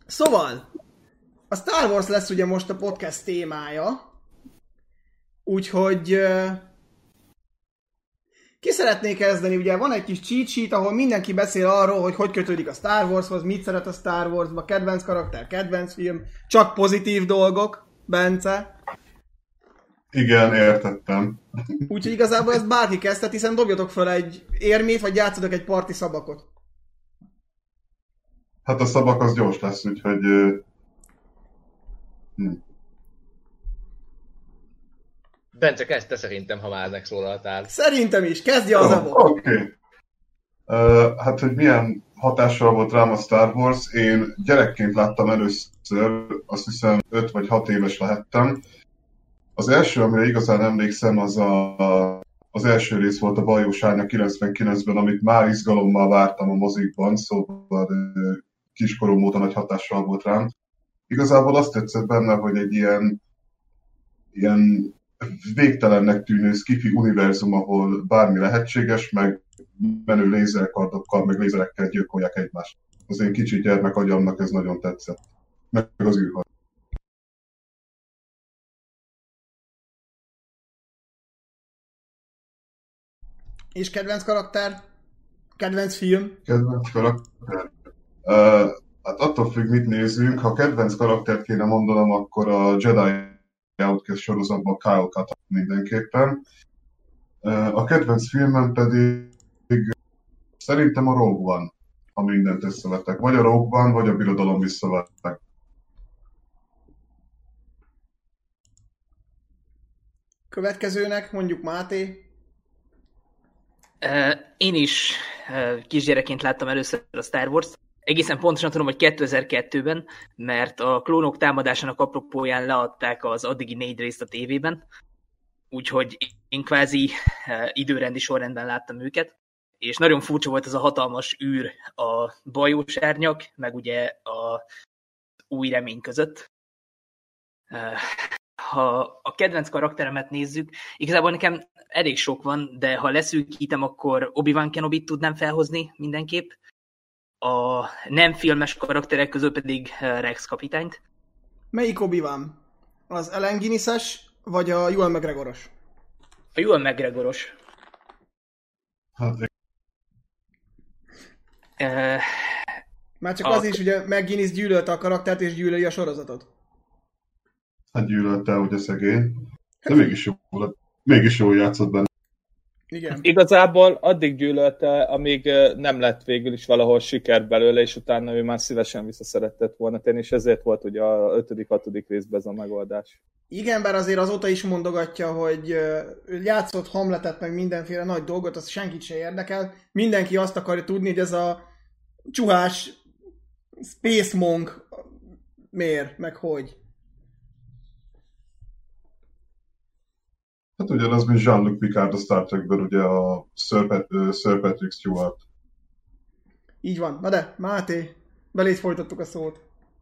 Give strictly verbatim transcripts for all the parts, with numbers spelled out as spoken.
Szóval, a Star Wars lesz ugye most a podcast témája, úgyhogy uh, ki szeretné kezdeni, ugye van egy kis cheat sheet, ahol mindenki beszél arról, hogy hogy kötődik a Star Warshoz, mit szeret a Star Warsba, kedvenc karakter, kedvenc film, csak pozitív dolgok, Bence. Igen, értettem. Úgyhogy igazából ezt bárki kezdhet, hiszen dobjatok fel egy érmét, vagy játszatok egy parti szabakot. Hát a szabak az gyors lesz, úgyhogy... Hm. Bence, kezd te szerintem, ha már megszólaltál. Szerintem is, kezdje az abot. Oké. Okay. Uh, hát, hogy milyen hatással volt rám a Star Wars, én gyerekként láttam először, azt hiszem öt vagy hat éves lehettem. Az első, amire igazán emlékszem, az a, az első rész volt a Bajós Árnyak kilencvenkilencben, amit már izgalommal vártam a mozikban, szóval kiskorom óta nagy hatással volt rám. Igazából azt tetszett benne, hogy egy ilyen, ilyen végtelennek tűnő sci-fi univerzum, ahol bármi lehetséges, meg menő lézerkardokkal, meg lézerekkel gyilkolják egymást. Az én kicsi gyermekagyamnak ez nagyon tetszett. Meg az űrhaj. És kedvenc karakter? Kedvenc film? Kedvenc karakter? Uh, hát attól függ, mit nézünk. Ha kedvenc karaktert kéne mondanom, akkor a Jedi Outcast sorozatban Kyle Katarn mindenképpen. Uh, a kedvenc filmem pedig szerintem a Rogue One, ha mindent összevetek. Vagy a Rogue One, vagy a Birodalom visszavettek. Következőnek mondjuk Máté. Uh, én is uh, kisgyerekként láttam először a Star Wars-t. Egészen pontosan tudom, hogy kétezer-kettőben, mert a klónok támadásának apropóján leadták az addigi négy részt a tévében, úgyhogy én kvázi uh, időrendi sorrendben láttam őket, és nagyon furcsa volt ez a hatalmas űr a Bajós Árnyak, meg ugye a Új Remény között. Uh, ha a kedvenc karakteremet nézzük, igazából nekem elég sok van, de ha leszűkítem, akkor Obi-Wan Kenobit tudnám felhozni mindenképp. A nem filmes karakterek közül pedig Rex kapitányt. Melyik Obi-Wan? Az Allen Guinness-es, vagy a Ewan McGregoros? A Ewan McGregoros. Hát, uh, Már csak a... az is, ugye McGuinness gyűlölte a karaktert, és gyűlöli a sorozatot. Hát gyűlölte, hogy a szegény. De mégis jó, mégis jól játszott benne. Igen. Igazából addig gyűlölte, amíg nem lett végül is valahol siker belőle, és utána ő már szívesen visszaszeretett volna tenni, és ezért volt ugye a ötödik, hatodik részben ez a megoldás. Igen, bár azért azóta is mondogatja, hogy ő játszott Hamletet, meg mindenféle nagy dolgot, az senkit se érdekel. Mindenki azt akarja tudni, hogy ez a csuhás Space Monk miért, meg hogy. Hát ugyanaz, mint Jean-Luc Picard a Star Trekből, ugye a Sir, Pat- uh, Sir Patrick Stewart. Így van. Na de, Máté, beléd folytattuk a szót.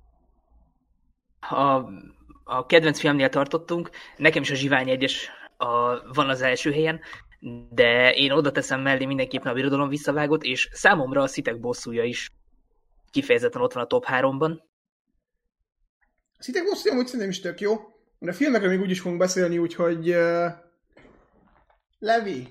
A, a kedvenc filmnél tartottunk, nekem is a Zsivány egyes a, van az első helyen, de én oda teszem mellé mindenképpen a Birodalom visszavágott, és számomra a Szitek bosszúja is kifejezetten ott van a top háromban. A Szitek bosszúja amúgy szerintem is tök jó. De a filmekről még úgyis fogunk beszélni, úgyhogy... Uh, Levi?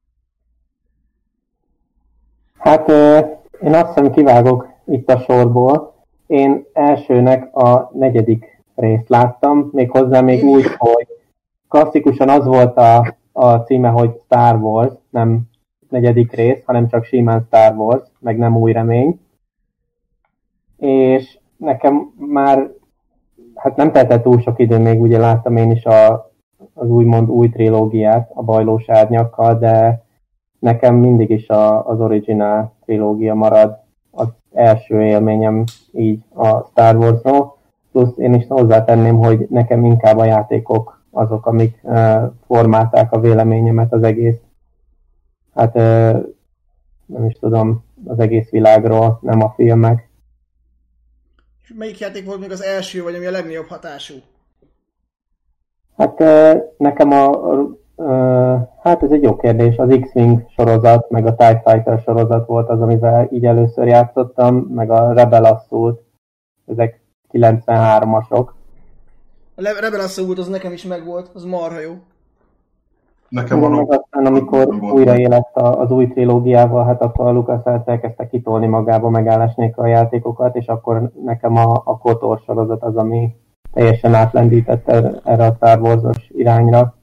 Hát uh, én azt hiszem kivágok itt a sorból. Én elsőnek a negyedik részt láttam, méghozzá még úgy, hogy klasszikusan az volt a, a címe, hogy Star Wars, nem negyedik rész, hanem csak simán Star Wars, meg nem Új Remény. És nekem már hát nem teltett túl sok idő, még ugye láttam én is a, az úgymond új trilógiát a Bajlós Árnyakkal, de nekem mindig is a, az original trilógia marad az első élményem így a Star Wars-ról. Plusz én is hozzátenném, hogy nekem inkább a játékok azok, amik uh, formálták a véleményemet az egész, hát uh, nem is tudom, az egész világról, nem a filmek. És melyik játék volt még az első, vagy ami a legnagyobb hatású? Hát nekem a, hát ez egy jó kérdés, az X-Wing sorozat, meg a TIE Fighter sorozat volt az, amivel így először játszottam, meg a Rebel Assault, ezek kilencvenhármasok. A Rebel Assault az nekem is megvolt, az marha jó. Nekem Igen, van meg aztán, amikor újraélett az új trilógiával, hát akkor a LucasArts elkezdte kitolni magába megállás nélkül a játékokat, és akkor nekem a, a KOTOR sorozat az, ami teljesen átlendített erre a Star Wars-os irányra.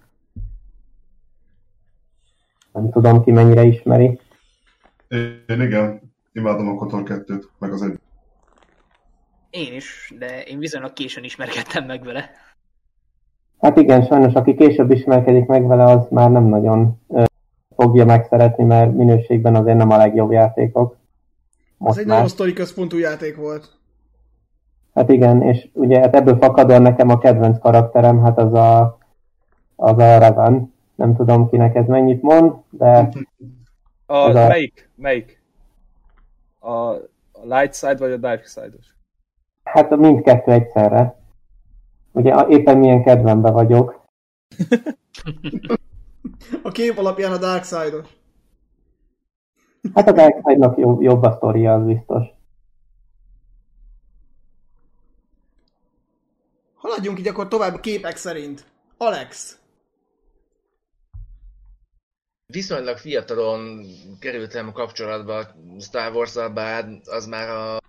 Nem tudom, ki mennyire ismeri. Én igen, imádom a KOTOR kettőt, meg az egy. Én is, de én viszonylag későn ismerkedtem meg vele. Hát igen, sajnos aki később ismerkedik meg vele, az már nem nagyon ö, fogja megszeretni, mert minőségben azért nem a legjobb játékok. Most ez egy már nagyon sztori központú játék volt. Hát igen, és ugye hát ebből fakadóan nekem a kedvenc karakterem, hát az a, az a Revan. Nem tudom, kinek ez mennyit mond, de... A, a... Melyik? Melyik? A, a light side vagy a dark side-os? Hát mindkettő egyszerre. Ugye éppen milyen kedvemben vagyok. A kép alapján a Dark Side-os. Hát a Dark Side-nak jobb, jobb a sztoria, az biztos. Haladjunk így akkor tovább képek szerint. Alex. Viszonylag fiatalon kerültem kapcsolatba Star Wars-szal, bár az már a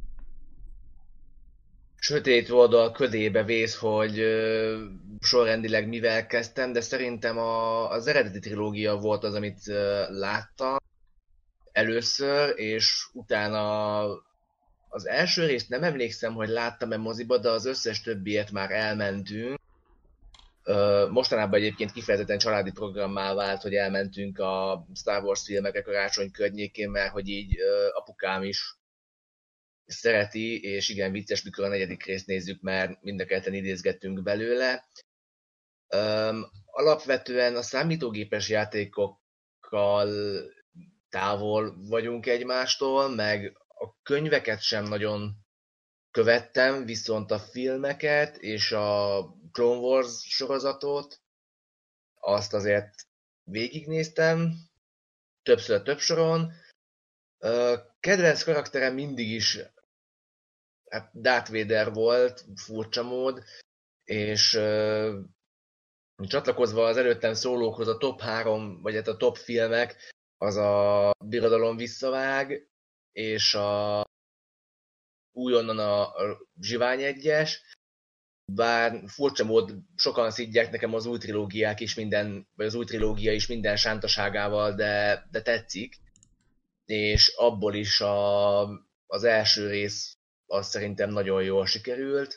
sötét oldal ködébe vész, hogy uh, sorrendileg mivel kezdtem, de szerintem a, az eredeti trilógia volt az, amit uh, láttam először, és utána az első részt nem emlékszem, hogy láttam-e moziba, de az összes többiet már elmentünk. Uh, mostanában egyébként kifejezetten családi programmá vált, hogy elmentünk a Star Wars filmekre karácsony környékén, mert hogy így uh, apukám is szereti, és igen vicces, mikor a negyedik részt nézzük, mert mind a ketten idézgettünk belőle. Um, alapvetően a számítógépes játékokkal távol vagyunk egymástól, meg a könyveket sem nagyon követtem, viszont a filmeket és a Clone Wars sorozatot azt azért végignéztem, többször több soron. Uh, kedvenc karakterem mindig is hát Darth Vader volt, furcsa mód, és uh, csatlakozva az előttem szólókhoz a top három, vagy hát a top filmek, az a Birodalom visszavág, és a újonnan a, a Zsivány egyes, bár furcsa mód sokan szidják nekem az új trilógiák is minden, vagy az új trilógia is minden sántaságával, de, de tetszik. És abból is a, az első rész az szerintem nagyon jól sikerült.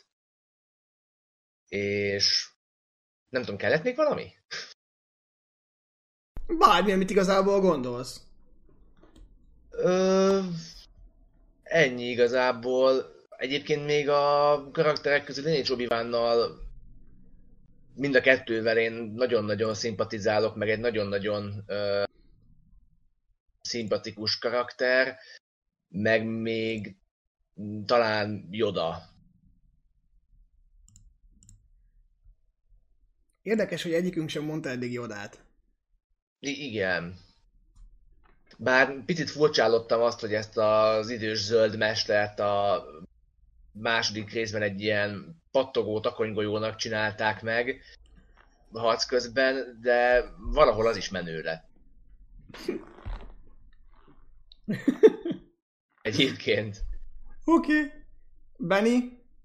És nem tudom, kellett még valami? Bármi, amit igazából gondolsz. Ö, ennyi igazából. Egyébként még a karakterek közül én és Obi-Wannal mind a kettővel én nagyon-nagyon szimpatizálok, meg egy nagyon-nagyon ö, szimpatikus karakter, meg még talán Yoda. Érdekes, hogy egyikünk sem mondta eddig Yodát. I- igen. Bár picit furcsálottam azt, hogy ezt az idős zöld mestert a második részben egy ilyen pattogó takonygolyónak csinálták meg a harc közben, de valahol az is menő lett. Egyébként. Oké. Okay. Benny?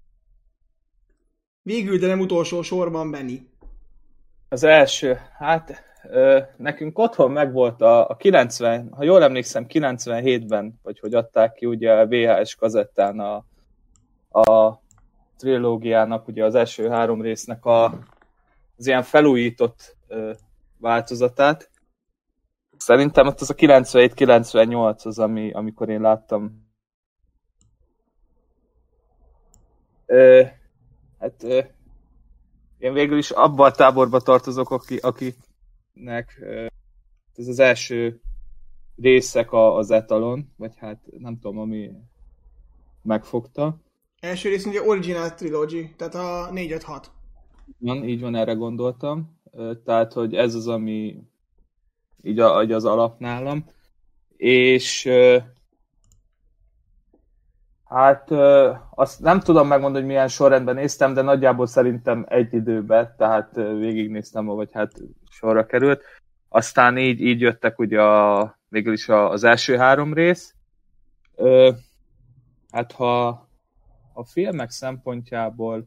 Végül, de nem utolsó sorban Benny. Az első, hát ö, nekünk otthon megvolt a, a kilencven, ha jól emlékszem, kilencvenhétben, vagy hogy adták ki ugye a vé há es kazettán a, a trilógiának, ugye az első három résznek a, az ilyen felújított ö, változatát. Szerintem ott az a kilencvenhét kilencvennyolc az, ami, amikor én láttam. Ö, hát ö, én végül is abban a táborba tartozok, aki, akinek ö, ez az első részek a, az etalon, vagy hát nem tudom, ami megfogta. Első rész ugye Original Trilogy, tehát a négy öt hat. Van, így van, erre gondoltam. Tehát, hogy ez az, ami így, a, így az alap nálam. És Hát azt nem tudom megmondani, hogy milyen sorrendben néztem, de nagyjából szerintem egy időben, tehát végignéztem, vagy hát sorra került. Aztán így, így jöttek ugye a, végül is az első három rész. Hát ha a filmek szempontjából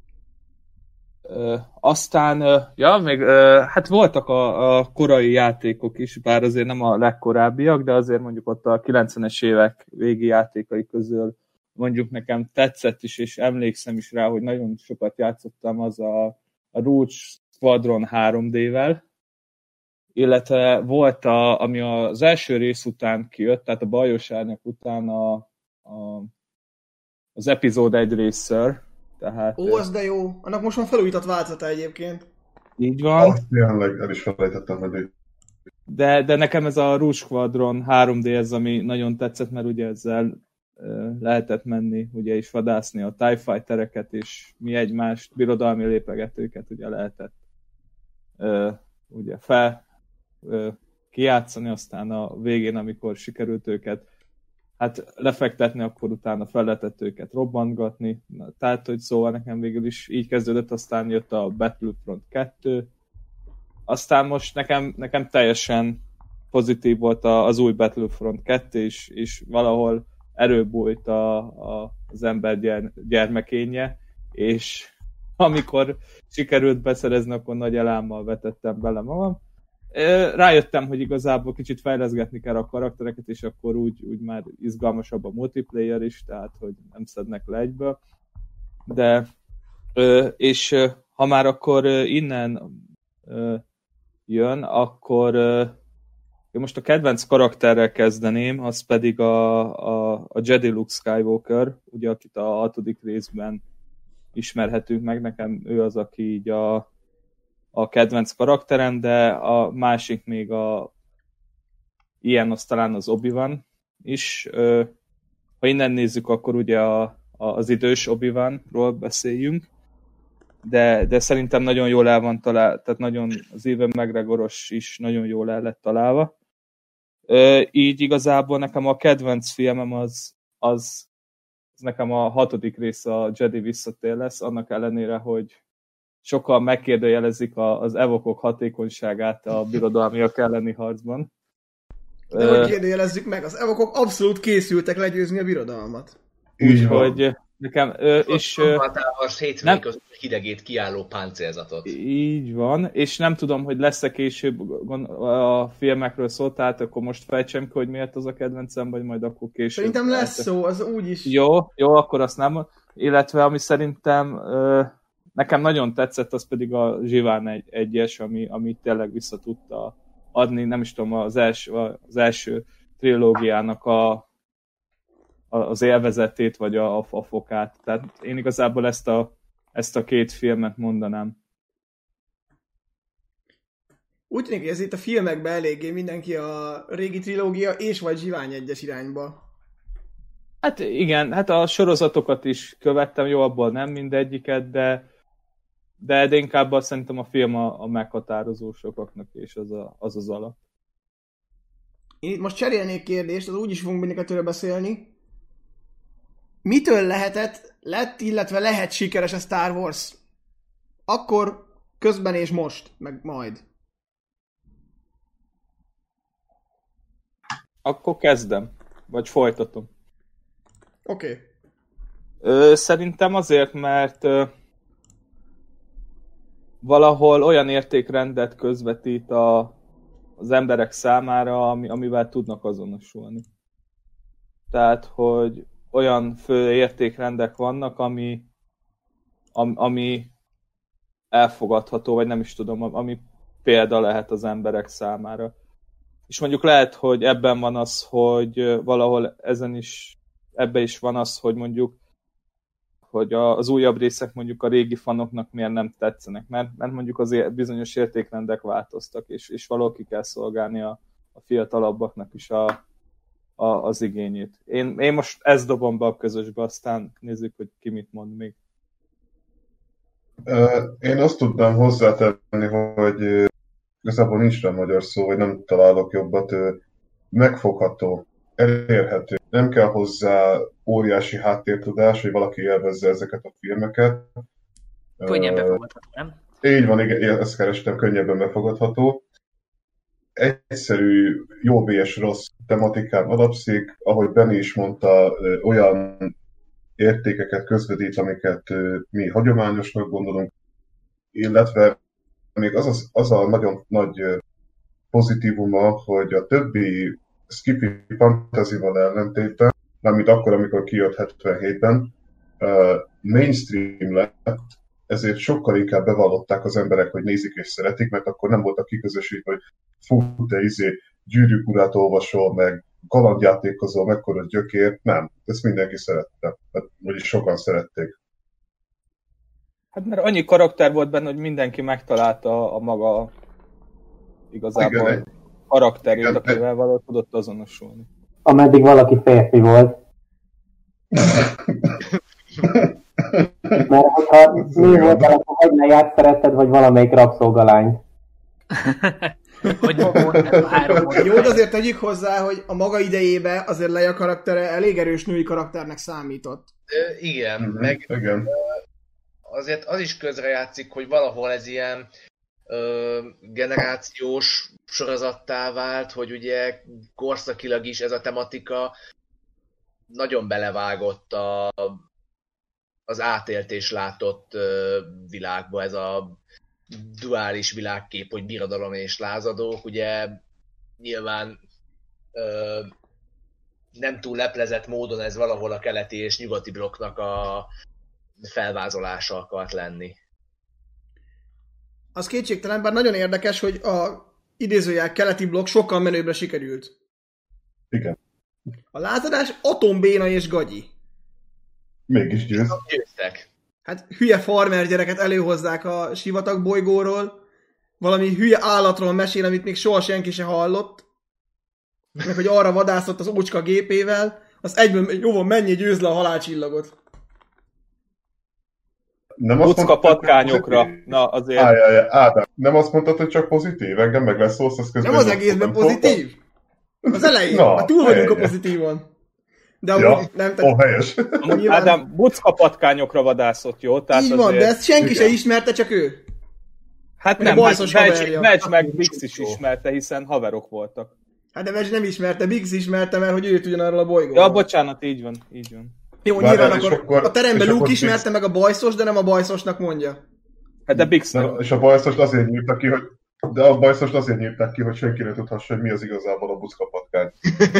aztán, ja, még hát voltak a, a korai játékok is, bár azért nem a legkorábbiak, de azért mondjuk ott a kilencvenes évek végi játékai közül mondjuk nekem tetszett is, és emlékszem is rá, hogy nagyon sokat játszottam az a, a Rogue Squadron három dé-vel, illetve volt, a, ami az első rész után kijött, tehát a Bajos Árnyak után a, a, az epizód egy részszer. Tehát, Ó, az de jó. Annak most van felújított változata egyébként. Így van. Azt tényleg el is felejtettem, hogy De, de nekem ez a Rouge Squadron három dé, ez ami nagyon tetszett, mert ugye ezzel uh, lehetett menni, ugye is vadászni a TIE Fightereket, és mi egymást, birodalmi lépegetőket ugye lehetett uh, ugye fel uh, kijátszani, aztán a végén, amikor sikerült őket hát lefektetni, akkor utána fel lehetett őket robbantgatni. Na, tehát, hogy szóval nekem végül is így kezdődött, aztán jött a Battlefront kettő. Aztán most nekem, nekem teljesen pozitív volt az új Battlefront kettő, és, és valahol erőbújt a, a, az ember gyere, gyermekénye, és amikor sikerült beszerezni, akkor nagy elámmal vetettem bele magam. Rájöttem, hogy igazából kicsit fejleszgetni kell a karaktereket, és akkor úgy, úgy már izgalmasabb a multiplayer is, tehát hogy nem szednek le egyből. De, és ha már akkor innen jön, akkor én most a kedvenc karakterrel kezdeném, az pedig a, a, a Jedi Luke Skywalker, ugye akit a hatodik részben ismerhetünk meg, nekem ő az, aki így a a kedvenc karakterem, de a másik még a ilyen az talán az Obi-Wan is. Ha innen nézzük, akkor ugye a, a, az idős Obi-Wanról beszéljünk, de, de szerintem nagyon jól el van találva, tehát nagyon az Ewan McGregoros is nagyon jól el lett találva. Így igazából nekem a kedvenc filmem az, az, az nekem a hatodik rész, a Jedi visszatér lesz, annak ellenére, hogy sokan megkérdőjelezik az evokok hatékonyságát a birodalmiak elleni harcban. De hogy kérdőjelezzük meg, az evokok abszolút készültek legyőzni a birodalmat. Úgyhogy nekem... És, a hétfőn között hidegét kiálló páncélzatot. Így van, és nem tudom, hogy lesz-e később a filmekről szó, tehát akkor most fejtsem ki, hogy miért az a kedvencem, vagy majd akkor később. Szerintem lesz szó, az úgyis. Jó, jó, akkor azt nem... Illetve ami szerintem... Nekem nagyon tetszett, az pedig a Zsiván egy, egyes, ami, ami tényleg vissza tudta adni, nem is tudom, az első, az első trilógiának a, a, az élvezetét, vagy a, a fokát. Tehát én igazából ezt a, ezt a két filmet mondanám. Úgy tűnik, hogy ez itt a filmekben eléggé mindenki a régi trilógia és vagy Zsivány egyes irányba. Hát igen, hát a sorozatokat is követtem, jó, abból nem mindegyiket, de De, de inkább azt szerintem a film a, a meghatározó sokaknak, és az a, az, az alap. Én itt most cserélnék kérdést, az úgyis fogunk mindenkitől beszélni. Mitől lehetett, lett, illetve lehet sikeres a Star Wars? Akkor, közben és most, meg majd. Akkor kezdem, vagy folytatom. Oké. Okay. Szerintem azért, mert... Ö, valahol olyan értékrendet közvetít a, az emberek számára, ami, amivel tudnak azonosulni. Tehát, hogy olyan fő értékrendek vannak, ami, ami, ami elfogadható, vagy nem is tudom, ami példa lehet az emberek számára. És mondjuk lehet, hogy ebben van az, hogy valahol ezen is, ebben is van az, hogy mondjuk hogy az újabb részek mondjuk a régi fanoknak miért nem tetszenek, mert, mert mondjuk az bizonyos értékrendek változtak, és, és valahol ki kell szolgálni a, a fiatalabbaknak is a, a, az igényét. Én, én most ezt dobom be a közösbe, aztán nézzük, hogy ki mit mond még. Én azt tudnám hozzátenni, hogy igazából nincs rá magyar szó, vagy nem találok jobbat, megfogható, elérhető. nem kell hozzá óriási háttértudás, hogy valaki élvezze ezeket a filmeket. Könnyen befogadható, nem? Így van, igen, ezt kerestem, könnyebben befogadható. Egyszerű, jó vé es rossz tematikán alapszik, ahogy Benni is mondta, olyan értékeket közvetít, amiket mi hagyományosnak gondolunk, illetve még az, az, az a nagyon nagy pozitívuma, hogy a többi skippy fantasy-val ellentétben, mármint akkor, amikor kijött hetvenhétben, mainstream lett, ezért sokkal inkább bevallották az emberek, hogy nézik és szeretik, mert akkor nem voltak kiközösítve, hogy fú, te izé Gyűrűk urát olvasol, meg kalandjátékozol, mekkora gyökér. Nem, ezt mindenki szerette. Hát, vagyis sokan szerették. Hát mert annyi karakter volt benne, hogy mindenki megtalálta a maga igazából igen, karakterét, igen, akivel valahol tudott azonosulni. Ameddig valaki férfi volt. Mert hogyha mi volt el, akkor vagy ne játsz szeretted, vagy valamelyik rabszolgalányt. Vagy a három. Jó, de azért tegyük hozzá, hogy a maga idejében azért Leia karaktere elég erős női karakternek számított. Ö, igen, mm-hmm. meg igen. azért az is közrejátszik, hogy valahol ez ilyen ö, generációs sorozattá vált, hogy ugye korszakilag is ez a tematika nagyon belevágott a, az átélt és látott ö, világba, ez a duális világkép, hogy birodalom és lázadók, ugye nyilván ö, nem túl leplezett módon ez valahol a keleti és nyugati blokknak a felvázolása akart lenni. Az kétségtelen, bár nagyon érdekes, hogy a idézőjel keleti blokk sokkal menőbbre sikerült. Igen. A lázadás atombéna és gagyi. Mégis győz. Győztek. Hát hülye farmer gyereket előhozzák a sivatag bolygóról, valami hülye állatról mesél, amit még soha senki se hallott, meg hogy arra vadászott az ócska gépével, az egyből jó van, mennyi győz le a halálcsillagot. Bucka patkányokra. Na, azért. Ájjaj, Ádám, nem azt mondtad, hogy csak pozitív? Engem meg lesz szólsz, az közben... Nem az egészben pozitív? Az elején. Na, hát túl vagyunk a pozitívon. De ja, amúgy nem... Ó, helyes. Nyilván... Ádám, bucka patkányokra vadászott, jó? Tehát így van, azért... de ezt senki se ismerte, csak ő. Hát nem, hát Medj meg Bix is ismerte, hiszen haverok voltak. Hát de Medj nem ismerte, Bix ismerte, mert hogy őt ugyanarról a bolygóról. Ja, bocsánat, így van, így van. Jó, Bár nyilván akkor, akkor a teremben Luke Bix... ismerte meg a bajszos, de nem a bajszosnak mondja. Hát de Bix nem. És a bajszost azért nyírtak ki, hogy de a bajszost azért nyírták ki, hogy senki ne tudhassa, hogy mi az igazából a bucka patkány.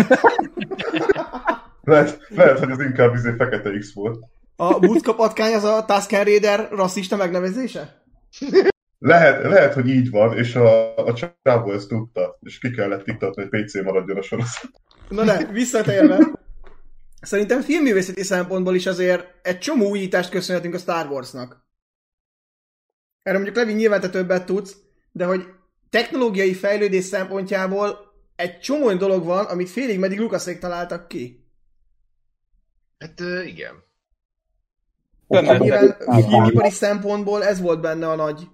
lehet, lehet, hogy az inkább izé fekete X volt. A bucka patkány az a Tusken Raider rasszista megnevezése? Lehet, lehet, hogy így van, és a, a csávó ezt tudta, és ki kellett iktatni, hogy pé cé maradjon a sorozat. Na de, visszatérve. Szerintem filmművészeti szempontból is azért egy csomó újítást köszönhetünk a Star Warsnak. Erről mondjuk Levi nyilván te többet tudsz, de hogy technológiai fejlődés szempontjából egy csomó olyan dolog van, amit félig meddig Lucasék találtak ki. Hát uh, igen. Nyilván filmipari szempontból ez volt benne a nagy.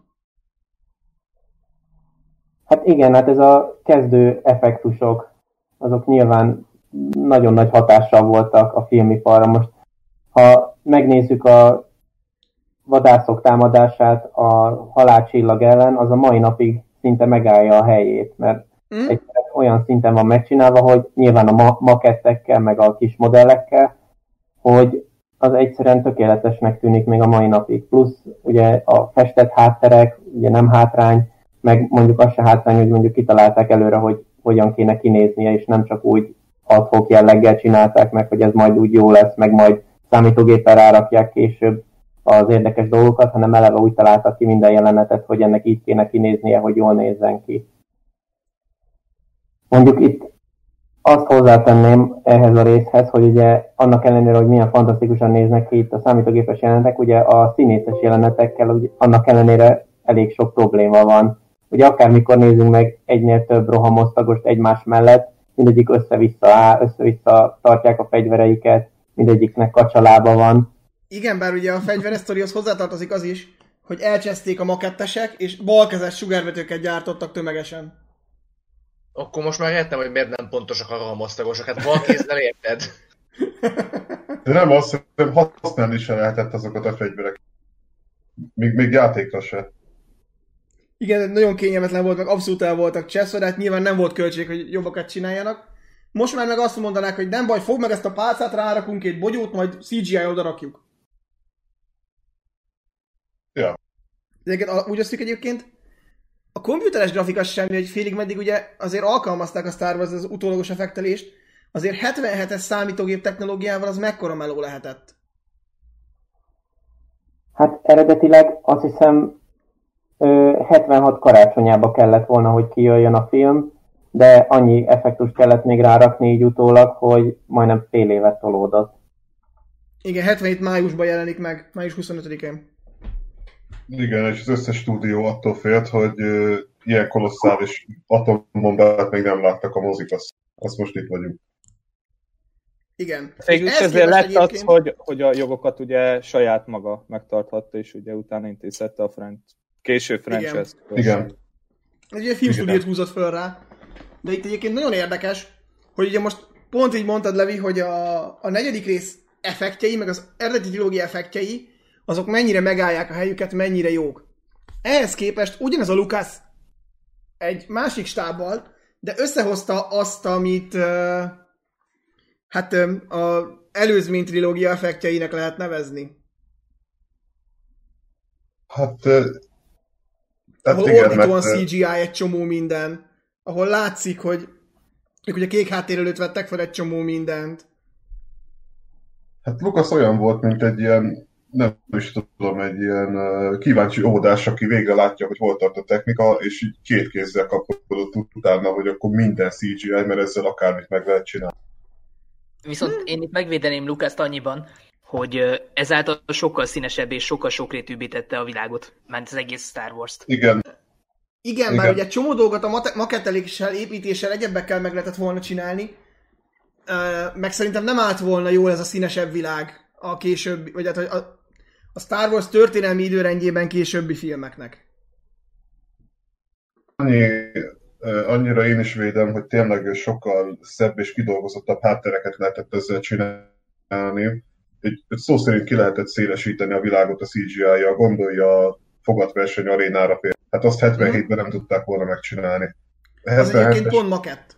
Hát igen, hát ez a kezdő effektusok, azok nyilván nagyon nagy hatással voltak a filmiparra. Most, ha megnézzük a vadászok támadását a halálcsillag ellen, az a mai napig szinte megállja a helyét, mert mm. egy olyan szinten van megcsinálva, hogy nyilván a ma- makettekkel, meg a kis modellekkel, hogy az egyszerűen tökéletesnek tűnik még a mai napig. Plusz ugye a festett hátterek, ugye nem hátrány, meg mondjuk az se hátrány, hogy mondjuk kitalálták előre, hogy hogyan kéne kinéznie, és nem csak úgy ad-hoc jelleggel csinálták meg, hogy ez majd úgy jó lesz, meg majd számítógéppel rárakják később az érdekes dolgokat, hanem eleve úgy találtak ki minden jelenetet, hogy ennek így kéne kinéznie, hogy jól nézzen ki. Mondjuk itt azt hozzátenném ehhez a részhez, hogy ugye annak ellenére, hogy milyen fantasztikusan néznek ki itt a számítógépes jelenetek, ugye a színészes jelenetekkel ugye annak ellenére elég sok probléma van. Ugye akármikor nézzünk meg egynél több rohamosztagost egymás mellett, mindegyik össze-vissza áll, össze-vissza tartják a fegyvereiket, mindegyiknek kacsalába van. Igen, bár ugye a fegyveres sztorihoz hozzátartozik az is, hogy elcseszték a makettesek, és balkezes sugárvetőket gyártottak tömegesen. Akkor most már értem, hogy miért nem pontosak a rohamosztagosok. Hát bal kézzel érted? De nem azt, hogy használni sem lehetett azokat a fegyvereket. Még, még játékra se. Igen, nagyon kényelmetlen volt, meg abszolút el voltak cseszve, de hát nyilván nem volt költség, hogy jobbakat csináljanak. Most már meg azt mondanák, hogy nem baj, fogd meg ezt a pálcát, rárakunk egy bogyót, majd cé gé í oda rakjuk. Ja. De úgy osztik egyébként, a komputeres grafika semmi, hogy félig meddig ugye azért alkalmazták a Star Wars az utólagos effektelést, azért hetvenhetes számítógép technológiával az mekkora meló lehetett? Hát eredetileg azt hiszem hetvenhat karácsonyába kellett volna, hogy kijöjjön a film, de annyi effektust kellett még rárakni így utólag, hogy majdnem fél évet tolódott. Igen, hetvenhét májusban jelenik meg, május huszonötödikén. Igen, és az összes stúdió attól félt, hogy uh, ilyen kolosszális atombombát még nem láttak a mozik, azt, azt most itt vagyunk. Igen. Végülis ezért lett egyébként... az, hogy, hogy a jogokat ugye saját maga megtarthatta, és ugye utána intézette a franc... késő franchise. Igen. Igen. Ez ugye filmstúdiót húzott föl rá. De itt egyébként nagyon érdekes, hogy ugye most pont így mondtad, Levi, hogy a, a negyedik rész effektjei, meg az eredeti trilógia effektjei, azok mennyire megállják a helyüket, mennyire jók. Ehhez képest ugyanez a Lucas egy másik stábbal, de összehozta azt, amit uh, hát um, az előzmény trilógia effektjeinek lehet nevezni. Hát... Uh, ahol igen, ordítóan mert... cé gé í egy csomó minden, ahol látszik, hogy ők ugye kék háttér előtt vettek fel egy csomó mindent. Hát Lucas olyan volt, mint egy ilyen, nem is tudom, egy ilyen uh, kíváncsi óvodás, aki végre látja, hogy hol tart a technika, és így két kézzel kapkodott utána, hogy akkor minden cé gé í, mert ezzel akármit meg lehet csinálni. Viszont hmm. én itt megvédeném Lucast annyiban, hogy ezáltal sokkal színesebb és sokkal sokrétűbbé tette a világot, ment az egész Star Wars-t. Igen. Igen, már ugye csomó dolgot a maketteléssel, építéssel, egyebekkel meg lehetett volna csinálni, meg szerintem nem állt volna jól ez a színesebb világ a későbbi, vagy hát a, a Star Wars történelmi időrendjében későbbi filmeknek. Annyi, annyira én is védem, hogy tényleg sokkal szebb és kidolgozottabb háttereket lehetett ezzel csinálni. Egy, egy szó szerint ki lehetett szélesíteni a világot a cé gé í-jal, gondolja a fogatverseny arénára például. Hát azt hetvenhétben nem tudták volna megcsinálni. Az egyébként pont makett.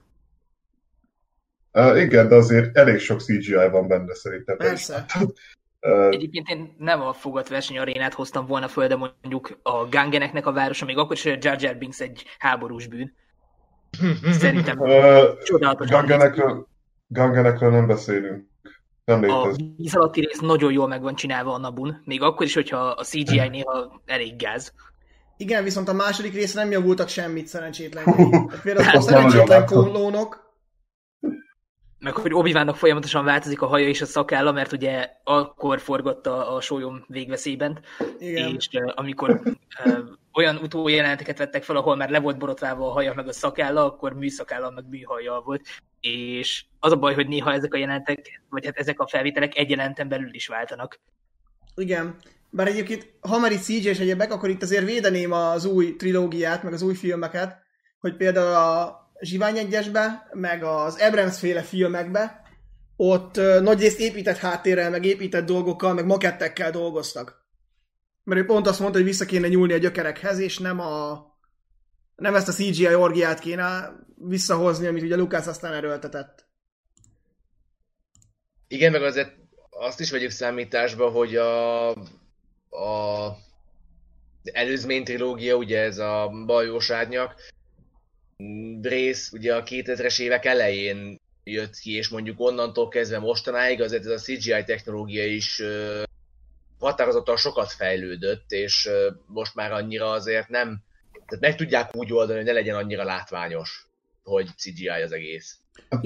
Uh, igen, de azért elég sok cé gé í van benne szerintem. Persze. Uh, Egyébként én nem a fogatverseny arénát hoztam volna föl, de mondjuk a Gunganeknek a városa, még akkor is, hogy a Jar Jar Binks egy háborús bűn. Szerintem uh, csodálatos. Gunganekről, Gunganekről nem beszélünk. Nem a víz alatti rész nagyon jól meg van csinálva a Nabun, még akkor is, hogyha a cé gé í néha elég gáz. Igen, viszont a második részre nem javultak semmit szerencsétlenül. Például a szerencsétlen klónok. Meg hogy Obi-Wannak folyamatosan változik a haja és a szakálla, mert ugye akkor forgott a, a sólyom végveszélyben. Igen. És uh, amikor uh, olyan utójeleneteket vettek fel, ahol már le volt borotválva a haja meg a szakálla, akkor műszakálla meg műhajjal volt. És az a baj, hogy néha ezek a jelenetek, vagy hát ezek a felvételek egy jeleneten belül is váltanak. Igen. Bár egyébként, ha már itt cé gé és egyebek, akkor itt azért védeném az új trilógiát, meg az új filmeket, hogy például a Zsivány egyesbe, meg az Abrams-féle filmekbe, ott uh, nagyrészt épített háttérrel, meg épített dolgokkal, meg makettekkel dolgoztak. Mert ő pont azt mondta, hogy vissza kéne nyúlni a gyökerekhez, és nem a nem ezt a cé gé í orgiát kéne visszahozni, amit ugye Lucas aztán erőltetett. Igen, meg azért azt is vegyük számításba, hogy a, a előzmény trilógia, ugye ez a bajós árnyak rész, ugye a kétezres évek elején jött ki, és mondjuk onnantól kezdve mostanáig azért ez a cé gé í technológia is uh, határozottan sokat fejlődött, és uh, most már annyira azért nem, tehát meg tudják úgy oldani, hogy ne legyen annyira látványos, hogy cé gé í az egész. Hát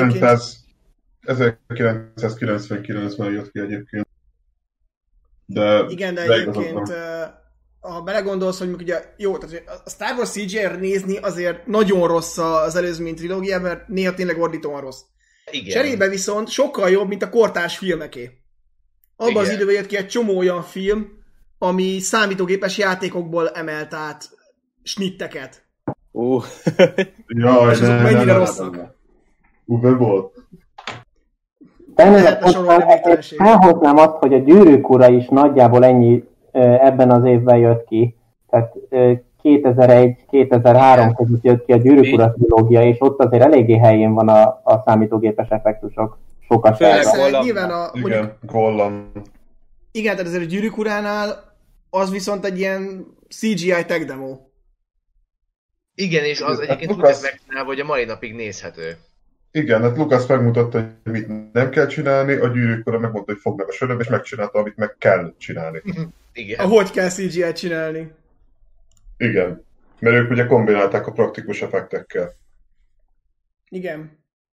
ezerkilencszázkilencvenkilencben jött ki egyébként. De igen, de egyébként ha belegondolsz, hogy ugye, jó, tehát a Star Wars cé gé í-re nézni azért nagyon rossz az előzmény trilógia, mert néha tényleg ordítóan rossz. Igen. Cserébe viszont sokkal jobb, mint a kortárs filmeké. Abban igen. Az időben jött ki egy csomó olyan film, ami számítógépes játékokból emelt át snitteket. Uh. Jaj, és azok mennyire rosszak. Ú, be volt. lehetne sorolni végtelenség. Elhoznám azt, hogy a Gyűrűk ura is nagyjából ennyi ebben az évben jött ki. Tehát kétezer-egy kétezer-három között jött ki a Gyűrűk ura trilógia, és ott azért eléggé helyén van a, a számítógépes effektusok. Sokasága. Nyilván a... Igen, mondjuk, Gollam. igen, tehát azért a Gyűrűk uránál az viszont egy ilyen cé gé í tech demo. Igen, és az Hát egyébként úgy Lucas... lett megcsinálva, hogy a mai napig nézhető. Igen, hát Lucas megmutatta, hogy mit nem kell csinálni, a Gyűrűk ura megmondta, hogy fog meg a söröm, és megcsinálta, amit meg kell csinálni. Igen. Ahogy kell cé gé í-t csinálni. Igen, mert ők ugye kombinálták a praktikus effektekkel. Igen.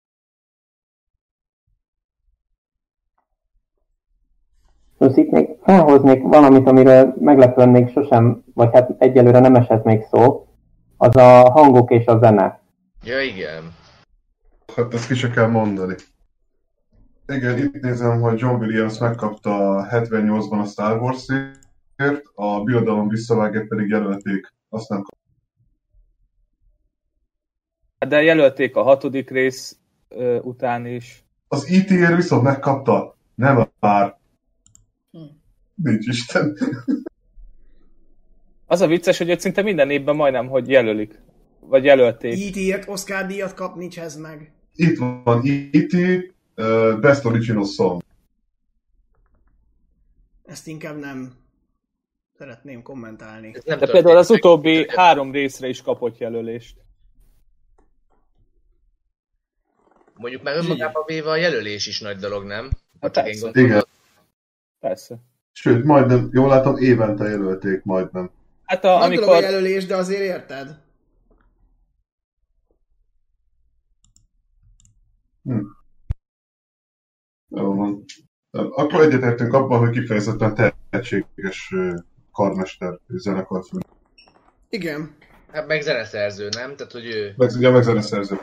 Most itt még felhoznék valamit, amiről meglepően még sosem, vagy hát egyelőre nem esett még szó, az a hangok és a zene. Ja, igen. Hát ezt ki se kell mondani. Igen, itt nézem, hogy John Williams megkapta hetvennyolcban a Star Warsért, a birodalom visszavágért pedig jelölték, azt nem kapta. De jelölték a hatodik rész ö, után is. Az í té-ért viszont megkapta? Nem már. Nincs Isten. Az a vicces, hogy ott szinte minden évben majdnem, hogy jelölik. Vagy jelölték. í té-ért Oscar díjat kap, nincs ez meg. Itt van í té, uh, Best Original Song. Ezt inkább nem szeretném kommentálni. Nem De például az utóbbi három részre is kapott jelölést. Mondjuk már önmagában véve a jelölés is nagy dolog, nem? Hát Csak persze. én Igen. Persze. Sőt, majdnem, jól látom, évente jelölték, majdnem. Hát a, Nagy amikor... dolog a jelölés, de azért érted? Hm. Jó van. Akkor egyetértünk abban, hogy kifejezetten tehetséges karmester és zenekarfő. Igen. Hát meg zeneszerző, nem? Tehát, hogy ő... Meg, ugye meg zeneszerző.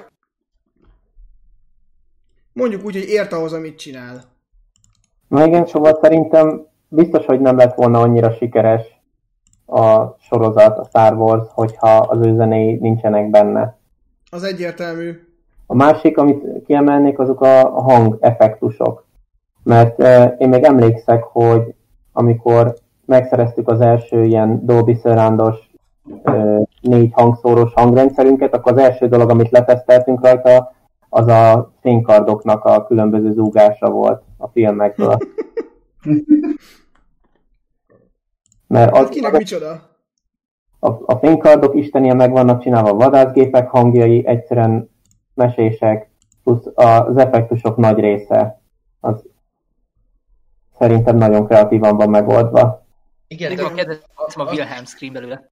Mondjuk úgy, hogy ért ahhoz, amit csinál. Na igen, szóval szerintem biztos, hogy nem lett volna annyira sikeres a sorozat, a Star Wars, hogyha az ő zenéi nincsenek benne. Az egyértelmű. A másik, amit kiemelnék, azok a hangeffektusok. Mert euh, én még emlékszek, hogy amikor megszereztük az első ilyen Dolby Surround-os euh, négy hangszóros hangrendszerünket, akkor az első dolog, amit leteszteltünk rajta, az a fénykardoknak a különböző zúgása volt a filmekből. Mert Hát az, kinek micsoda? a, a fénykardok istenie meg vannak csinálva, a vadászgépek hangjai egyszerűen mesések, plusz az effektusok nagy része. Az szerintem nagyon kreatívan van megoldva. Igen, Még a de... kedvencem a Wilhelm Scream belőle.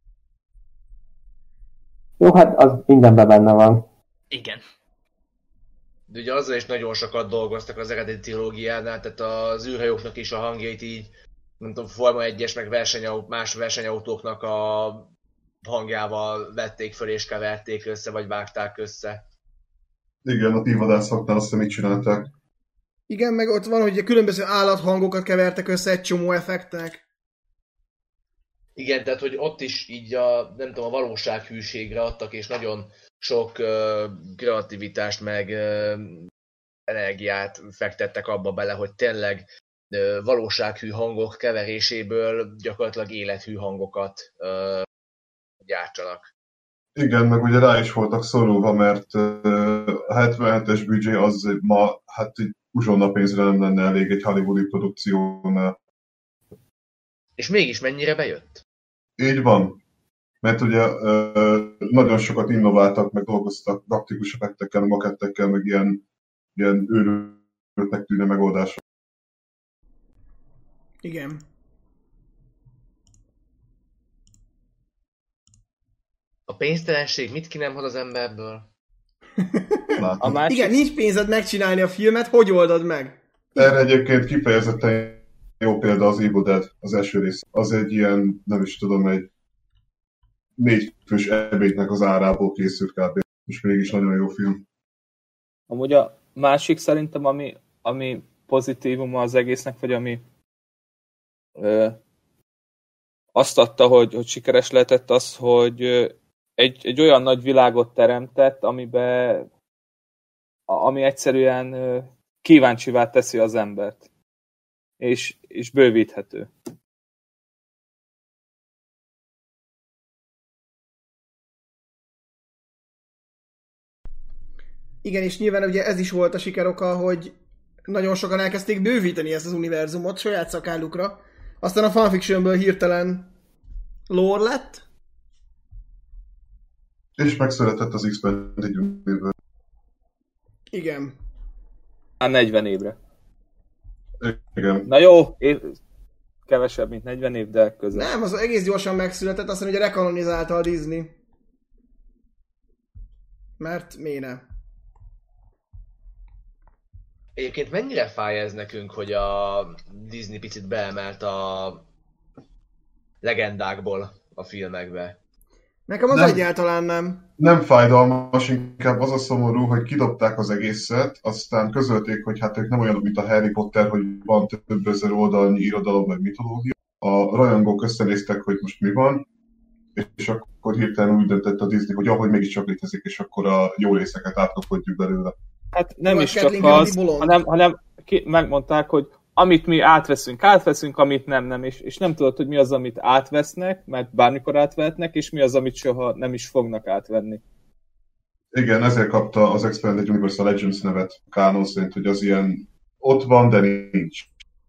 Jó, hát az mindenben benne van. Igen. De ugye azzal is nagyon sokat dolgoztak az eredeti trilógiánál, tehát az űrhajóknak is a hangjait így, nem tudom, Forma egyes meg versenyaut, más versenyautóknak a hangjával vették föl és keverték össze, vagy vágták össze. Igen, a tívadászoknál azt hiszem, mit csinálták. Igen, meg ott van, hogy a különböző állathangokat kevertek össze egy csomó effektnek. Igen, tehát hogy ott is így a, nem tudom, a valósághűségre adtak, és nagyon sok uh, kreativitást meg uh, energiát fektettek abba bele, hogy tényleg uh, valósághű hangok keveréséből gyakorlatilag élethű hangokat uh, gyártsanak. Igen, meg ugye rá is voltak szorulva, mert a hetvenhetes büdzsé az ma, hát így uzsonna pénzre nem lenne elég egy hollywoodi produkciónál. És mégis mennyire bejött? Így van. Mert ugye nagyon sokat innováltak, meg dolgoztak praktikus effektekkel, makettekkel, meg ilyen, ilyen őrültnek tűnő megoldások. Igen. A pénztelenség mit ki nem hoz az emberből? A másik... Igen, nincs pénzed megcsinálni a filmet, hogy oldod meg? Erre egyébként kifejezetten jó példa az Evil Dead, az első rész. Az egy ilyen, nem is tudom, egy négy fős ebédnek az árából készült kb. És mégis nagyon jó film. Amúgy a másik szerintem, ami, ami pozitívum az egésznek, vagy ami ö, azt adta, hogy, hogy sikeres lehetett az, hogy egy, egy olyan nagy világot teremtett, amiben ami egyszerűen kíváncsivá teszi az embert. És, és bővíthető. Igen, és nyilván ugye ez is volt a sikeroka, hogy nagyon sokan elkezdték bővíteni ezt az univerzumot saját szakállukra. Aztán a fanfictionből hirtelen lore lett. És megszületett az Expanded Universe. Igen. Már negyven évre. Igen. Na jó, év, kevesebb, mint negyven év, de közel. Nem, az egész gyorsan megszületett, aztán ugye rekanonizálta a Disney. Mert miért ne? Egyébként mennyire fáj ez nekünk, hogy a Disney picit beemelt a legendákból a filmekbe? Nekem az Nem. egyáltalán nem. Nem fájdalmas, inkább az a szomorú, hogy kidobták az egészet, aztán közölték, hogy hát ők nem olyanok, mint a Harry Potter, hogy van több ezer oldalnyi irodalom vagy mitológia. A rajongók összenéztek, hogy most mi van, és akkor hirtelen úgy döntött a Disney, hogy ahogy mégiscsak létezik, és akkor a jó részeket átkapodjuk belőle. Hát nem Vagy is csak Kathleen az, Kennedy bolond. hanem, hanem ki, megmondták, hogy amit mi átveszünk, átveszünk, amit nem, nem, és, és nem tudod, hogy mi az, amit átvesznek, mert bármikor átvehetnek, és mi az, amit soha nem is fognak átvenni. Igen, ezért kapta az Expanded Universe Legends nevet kánon szerint, hogy az ilyen ott van, de nincs.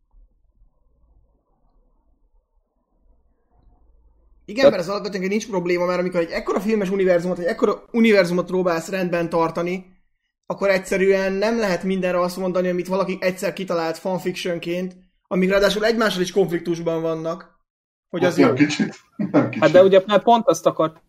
Igen, mert az alapvetően nincs probléma, mert amikor egy ekkora filmes univerzumot, egy ekkora univerzumot próbálsz rendben tartani, akkor egyszerűen nem lehet mindenre azt mondani, amit valaki egyszer kitalált fanfictionként, amik ráadásul egymással is konfliktusban vannak, hogy az nem jó. Kicsit, nem kicsit. Hát de ugye már pont azt akart,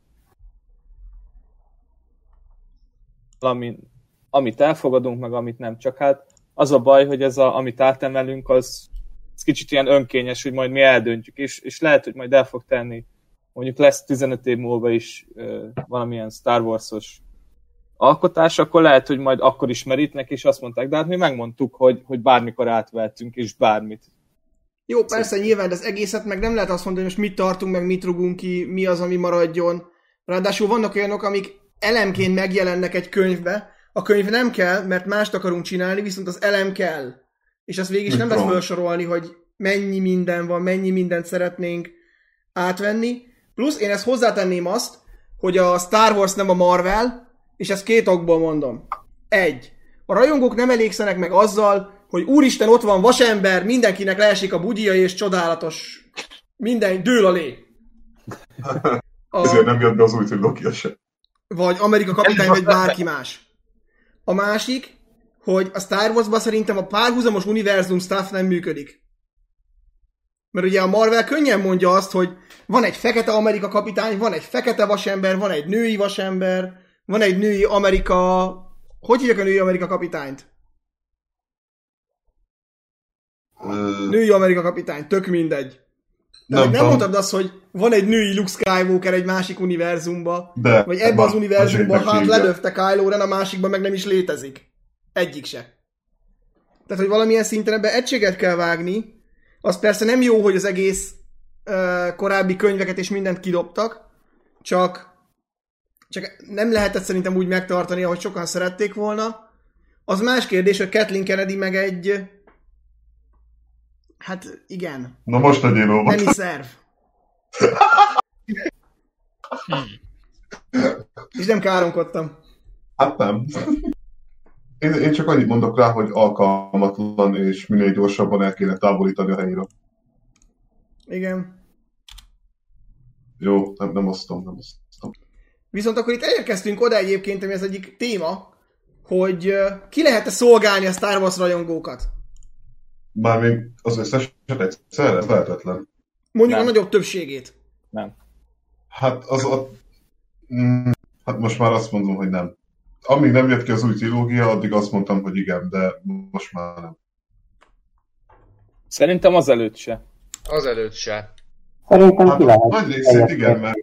ami, amit elfogadunk, meg amit nem. Csak hát az a baj, hogy ez a, amit átemelünk, az, az kicsit ilyen önkényes, hogy majd mi eldöntjük, és, és lehet, hogy majd el fog tenni. Mondjuk lesz tizenöt év múlva is uh, valamilyen Star Wars-os alkotás, akkor lehet, hogy majd akkor is merítnek, és azt mondták, de hát mi megmondtuk, hogy, hogy bármikor átvehetünk, és bármit. Jó, persze, nyilván, de az egészet meg nem lehet azt mondani, hogy most mit tartunk, meg mit rugunk ki, mi az, ami maradjon. Ráadásul vannak olyanok, amik elemként megjelennek egy könyvbe. A könyv nem kell, mert mást akarunk csinálni, viszont az elem kell. És azt végig is nem lehet felsorolni, hogy mennyi minden van, mennyi mindent szeretnénk átvenni. Plusz én ezt hozzátenném azt, hogy a Star Wars nem a Marvel, és ezt két okból mondom. Egy. A rajongók nem elégszenek meg azzal, hogy úristen, ott van vasember, mindenkinek leesik a bugyja, és csodálatos. Minden dől a lé. A... Ezért nem jött be az új trilógia se. Vagy Amerika kapitány, vagy bárki más. A másik, hogy a Star Wars-ban szerintem a párhuzamos univerzum stuff nem működik. Mert ugye a Marvel könnyen mondja azt, hogy van egy fekete Amerika kapitány, van egy fekete vasember, van egy női vasember, van egy női Amerika... Hogy hívják a női Amerika kapitányt? Ö... Női Amerika kapitány, tök mindegy. Tehát nem, nem mondtad azt, hogy van egy női Luke Skywalker egy másik univerzumba, De, vagy ebben az univerzumban, hát hívják. lelövte Kylo Ren, a másikban meg nem is létezik. Egyik se. Tehát, hogy valamilyen szinten ebben egységet kell vágni. Az persze nem jó, hogy az egész uh, korábbi könyveket és mindent kidobtak, csak, csak nem lehetett szerintem úgy megtartani, ahogy sokan szerették volna. Az más kérdés, hogy Kathleen Kennedy meg egy... Hát igen. Na most legyél óva. Nemi szerv. És nem káromkodtam. Hát nem. Én, én csak annyit mondok rá, hogy alkalmatlan, és minél gyorsabban el kéne távolítani a helyére. Igen. Jó, nem, nem osztom, nem osztom. Viszont akkor itt elérkeztünk oda egyébként, ami az egyik téma, hogy uh, ki lehet-e szolgálni a Star Wars rajongókat? Mármint az összeset egyszer, ez lehetetlen. Mondjuk Nem. a nagyobb többségét. Nem. Hát az a... Mm, hát most már azt mondom, hogy nem. Amíg nem jött ki az új trilógia, addig azt mondtam, hogy igen, de most már nem. Szerintem azelőtt se. Azelőtt se. Szerintem Hát ki lehet. nagy részét igen, mert...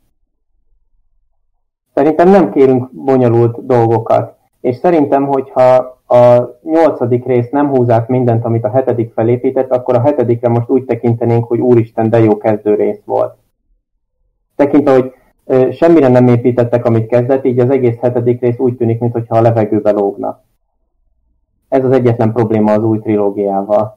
Szerintem nem kérünk bonyolult dolgokat. És szerintem, hogyha a nyolcadik rész nem húz át mindent, amit a hetedik felépített, akkor a hetedikre most úgy tekintenénk, hogy úristen, de jó kezdő rész volt. Tekintve, hogy ö, semmire nem építettek, amit kezdett, így az egész hetedik rész úgy tűnik, mintha a levegőbe lógna. Ez az egyetlen probléma az új trilógiával.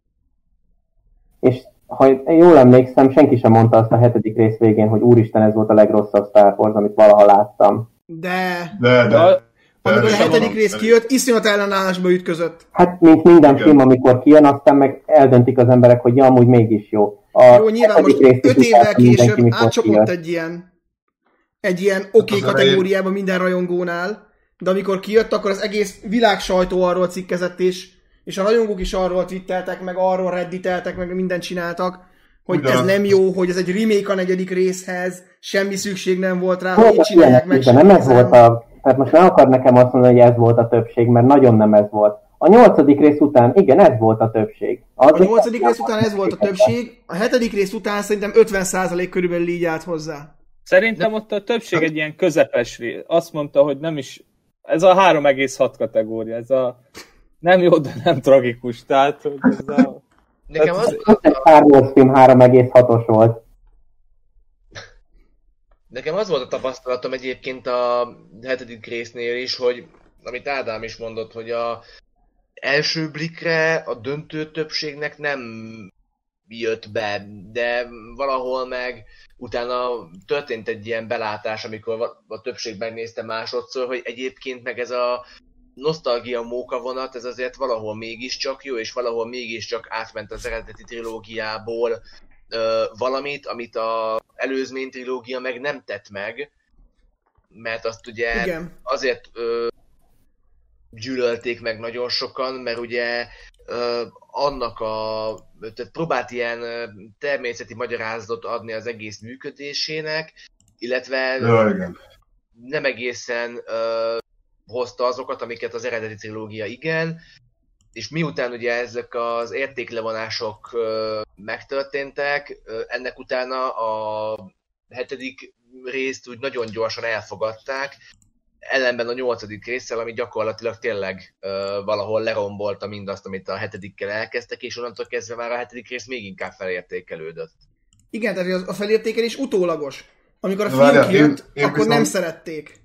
És ha jól emlékszem, senki sem mondta azt a hetedik rész végén, hogy úristen, ez volt a legrosszabb Star Wars, amit valaha láttam. De... De, de... Amikor a hetedik rész kijött, iszonyat ellenállásba ütközött. Hát, mint minden Igen. film, amikor kijön, aztán meg eldöntik az emberek, hogy ja, amúgy mégis jó. A jó, nyilván most öt évvel később átcsapott egy ilyen, egy ilyen oké okay kategóriában minden rajongónál, de amikor kijött, akkor az egész világ sajtó arról cikkezett, és, és a rajongók is arról twitteltek, meg arról redditeltek, meg mindent csináltak, hogy Ugyan. ez nem jó, hogy ez egy remake a negyedik részhez, semmi szükség nem volt rá, hogy így csinálják meg. De nem ez volt a... Tehát most nem akar nekem azt mondani, hogy ez volt a többség, mert nagyon nem ez volt. A nyolcadik rész után, igen, ez volt a többség. Az a nyolcadik rész után ez volt a többség, a hetedik rész után szerintem ötven százalék körülbelül így állt hozzá. Szerintem ott a többség egy ilyen közepes rész. Azt mondta, hogy nem is... Ez a három egész hat kategória, ez a nem jó, de nem tragikus. Tehát, hogy ez a... Nekem az... Egy Star Wars film három egész hatos volt. Nekem az volt a tapasztalatom egyébként a hetedik résznél is, hogy amit Ádám is mondott, hogy a első blikre a döntő többségnek nem jött be, de valahol meg utána történt egy ilyen belátás, amikor a többség megnézte másodszor, hogy egyébként meg ez a nosztalgia móka vonat, ez azért valahol mégiscsak jó, és valahol mégiscsak átment az eredeti trilógiából ö, valamit, amit az előzmény trilógia meg nem tett meg, mert azt ugye Igen. azért ö, gyűlölték meg nagyon sokan, mert ugye ö, annak a, tehát próbált ilyen természeti magyarázatot adni az egész működésének, illetve ja, igen. nem egészen ö, hozta azokat, amiket az eredeti trilógia igen, és miután ugye ezek az értéklevonások ö, megtörténtek, ö, ennek utána a hetedik részt úgy nagyon gyorsan elfogadták, ellenben a nyolcadik résszel, ami gyakorlatilag tényleg ö, valahol lerombolta mindazt, amit a hetedikkel elkezdtek, és onnantól kezdve már a hetedik rész még inkább felértékelődött. Igen, tehát a felértékelés utólagos. Amikor a film kijött, én, én akkor viszont... nem szerették.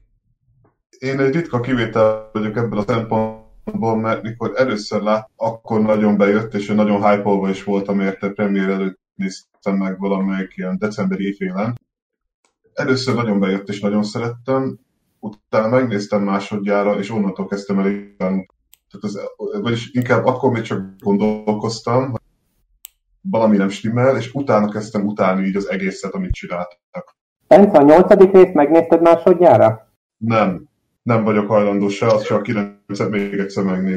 Én egy ritka kivétel vagyok ebből a szempontból, mert mikor először lát, akkor nagyon bejött, és nagyon hype-olva is voltam érte, premier előtt néztem meg valamelyik ilyen decemberi évfélen. Először nagyon bejött, és nagyon szerettem, utána megnéztem másodjára, és onnantól kezdtem el igen. Tehát az, vagyis inkább akkor még csak gondolkoztam, hogy valami nem stimmel, és utána kezdtem utálni így az egészet, amit csináltak. Bence, a nyolcadik részt megnézted másodjára? Nem. Nem vagyok hajlandó se, az csak a kilencet még egyszer megnézni.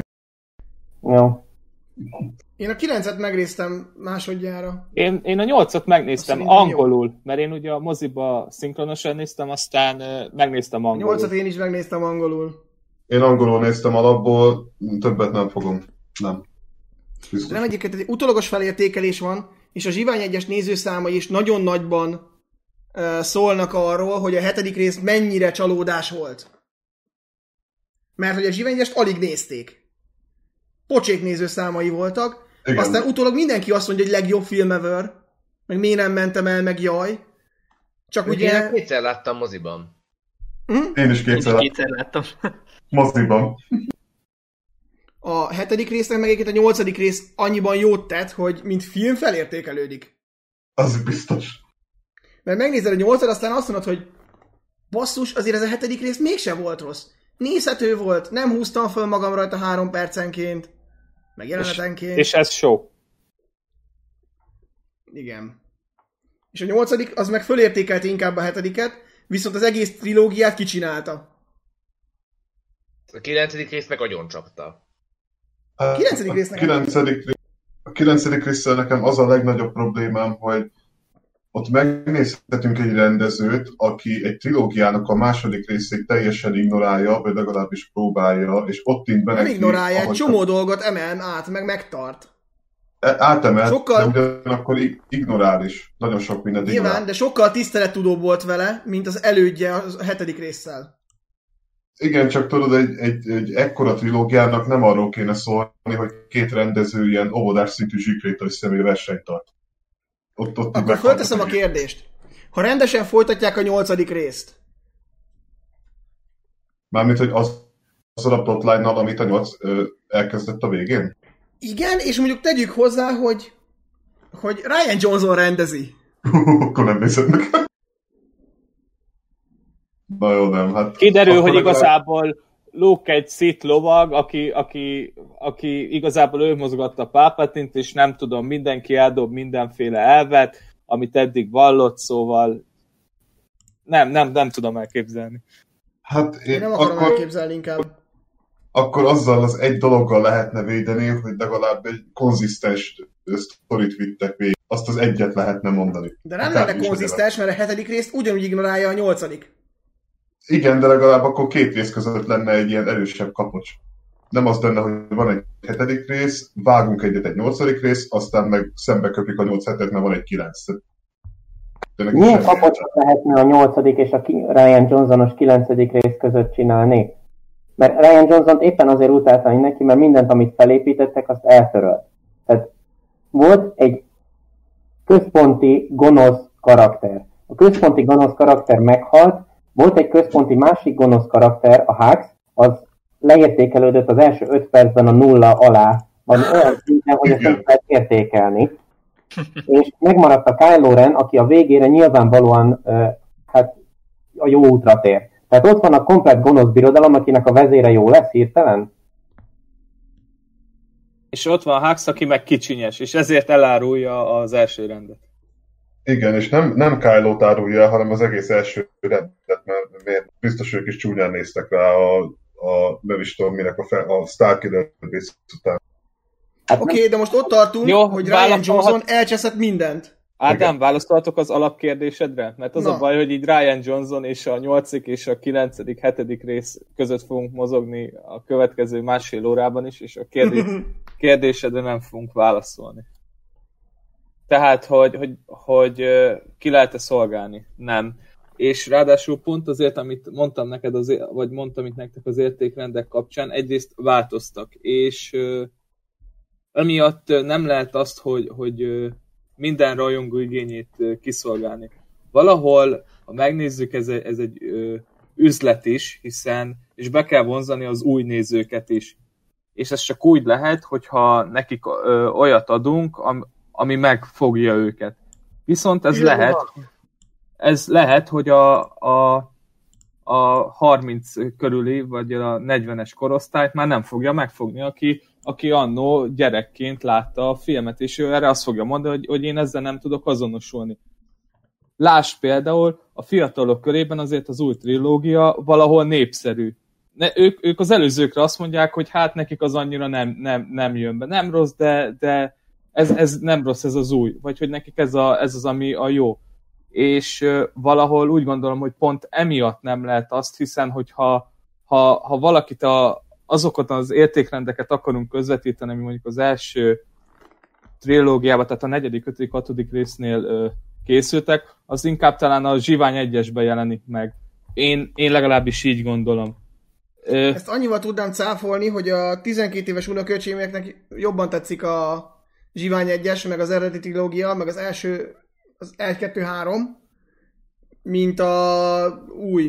Jó. Én a kilencet megnéztem másodjára. Én, én a nyolcat megnéztem angolul, jó. Mert én ugye a moziba szinkronosan néztem, aztán uh, megnéztem angolul. A nyolcat én is megnéztem angolul. Én angolul néztem alapból, többet nem fogom. Nem. Biztos. Nem egyébként egy utólagos felértékelés van, és a Zsivány egyes nézőszámai is nagyon nagyban uh, szólnak arról, hogy a hetedik rész mennyire csalódás volt. Mert hogy a Zsivány egyest alig nézték. Pocsék nézőszámai voltak. Igen. Aztán utólag mindenki azt mondja, hogy legjobb film ever. Meg miért nem mentem el, meg jaj. Csak ugye... Én kétszer láttam moziban. Hm? Én is kétszer, Én is kétszer láttam. Moziban. A hetedik résznek meg egyébként a nyolcadik rész annyiban jót tett, hogy mint film felértékelődik. Az biztos. Mert megnézed a nyolcad, aztán azt mondod, hogy basszus, azért ez a hetedik rész mégsem volt rossz. Nézhető volt, nem húztam föl magam rajta három percenként, meg jelenetenként. És, és ez show. Igen. És a nyolcadik, az meg fölértékelte inkább a hetediket, viszont az egész trilógiát kicsinálta. A kilencedik rész meg agyoncsapta. A kilencedik résznek... A kilencedik, a kilencedik részsel nekem az a legnagyobb problémám, hogy ott megnézhetünk egy rendezőt, aki egy trilógiának a második részét teljesen ignorálja, vagy legalábbis próbálja, és ott int be neki... Nem ignorálja, egy csomó dolgot emel át, meg megtart. Átemelt, sokkal... de ugyanakkor ignorál is. Nagyon sok mindent ignorál. Nyilván, de sokkal tisztelettudóbb volt vele, mint az elődje a hetedik résszel. Igen, csak tudod, egy, egy, egy ekkora trilógiának nem arról kéne szólni, hogy két rendező ilyen óvodás szintű zsikréta személy versenyt tart. Ott, ott Akkor fölteszem a kérdést. Ha rendesen folytatják a nyolcadik részt. Mármint, hogy az azzal a plotline-nal, amit a nyolc ö, elkezdett a végén? Igen, és mondjuk tegyük hozzá, hogy, hogy Rian Johnson rendezi. Akkor nem nézed meg. Na jó, nem, hát... Kiderül, hogy legalább... igazából Luke egy Sith lovag, aki, aki, aki igazából ő mozgatta Palpatine-t, és nem tudom, mindenki eldob mindenféle elvet, amit eddig vallott, szóval nem, nem, nem tudom elképzelni. Hát én, én nem akarom akkor, elképzelni inkább. Akkor azzal az egy dologgal lehetne védeni, hogy legalább egy konzisztens sztorit vittek végig. Azt az egyet lehetne mondani. De nem lenne konzisztens, mert a hetedik részt ugyanúgy ignorálja a nyolcadik. Igen, de legalább akkor két rész között lenne egy ilyen erősebb kapocs. Nem az lenne, hogy van egy hetedik rész, vágunk egyet egy nyolcadik rész, aztán meg szembe köpjük a nyolc hetet, mert van egy kilenc. Milyen kapocsot lehetne a nyolcadik és a Rian Johnsonos kilencedik rész között csinálni? Mert Rian Johnson éppen azért utálta mindenki, mert mindent, amit felépítettek, azt eltörölt. Tehát volt egy központi gonosz karakter. A központi gonosz karakter meghalt, volt egy központi másik gonosz karakter, a Hux, az leértékelődött az első öt percben a nulla alá, vagy olyan szinten, hogy ezt nem lehet értékelni. És megmaradt a Kylo Ren, aki a végére nyilvánvalóan uh, hát, a jó útra tér. Tehát ott van a komplett gonosz birodalom, akinek a vezére jó lesz hirtelen. És ott van Hux, aki meg kicsinyes, és ezért elárulja az első rendet. Igen, és nem, nem Kylo-t árulja, hanem az egész első rendet, mert, mert biztos ők is csúnyán néztek rá a, a nem is tudom minek a, fe, a Starkiller rész után. Hát Oké, okay, de most ott tartunk, jó, hogy Rian Johnson elcseszett mindent. Ádám, válaszolhatok az alapkérdésedre? Mert az Na. a baj, hogy így Rian Johnson és a nyolcadik és a kilencedik, hetedik rész között fogunk mozogni a következő másfél órában is, és a kérdés, kérdésedre nem fogunk válaszolni. Tehát, hogy, hogy, hogy ki lehet-e szolgálni? Nem. És ráadásul pont azért, amit mondtam neked, az, vagy mondtam itt nektek az értékrendek kapcsán, egyrészt változtak, és uh, emiatt nem lehet azt, hogy, hogy uh, minden rajongó igényét uh, kiszolgálni. Valahol, ha megnézzük, ez, ez egy uh, üzlet is, hiszen, és be kell vonzani az új nézőket is. És ez csak úgy lehet, hogyha nekik uh, olyat adunk, am, ami megfogja őket. Viszont ez Igen, lehet, ez lehet, hogy a, a, a harminc körüli, vagy a negyvenes korosztályt már nem fogja megfogni, aki, aki annó gyerekként látta a filmet, és ő erre azt fogja mondani, hogy, hogy én ezzel nem tudok azonosulni. Láss például, a fiatalok körében azért az új trilógia valahol népszerű. Ne, ők, ők az előzőkre azt mondják, hogy hát nekik az annyira nem, nem, nem jön be. Nem rossz, de, de ez, ez nem rossz, ez az új. Vagy hogy nekik ez, a, ez az, ami a jó. És uh, valahol úgy gondolom, hogy pont emiatt nem lehet azt, hiszen hogyha ha, ha valakit a, azokat az értékrendeket akarunk közvetíteni, ami mondjuk az első trilógiában, tehát a negyedik, ötödik, hatodik résznél uh, készültek, az inkább talán a Zsivány egyesben jelenik meg. Én, én legalábbis így gondolom. Ezt annyival tudnám cáfolni, hogy a tizenkét éves unoköcsémeknek jobban tetszik a Zsivány egyes, meg az eredeti trilógia, meg az első, az egy, kettő, három, mint a új.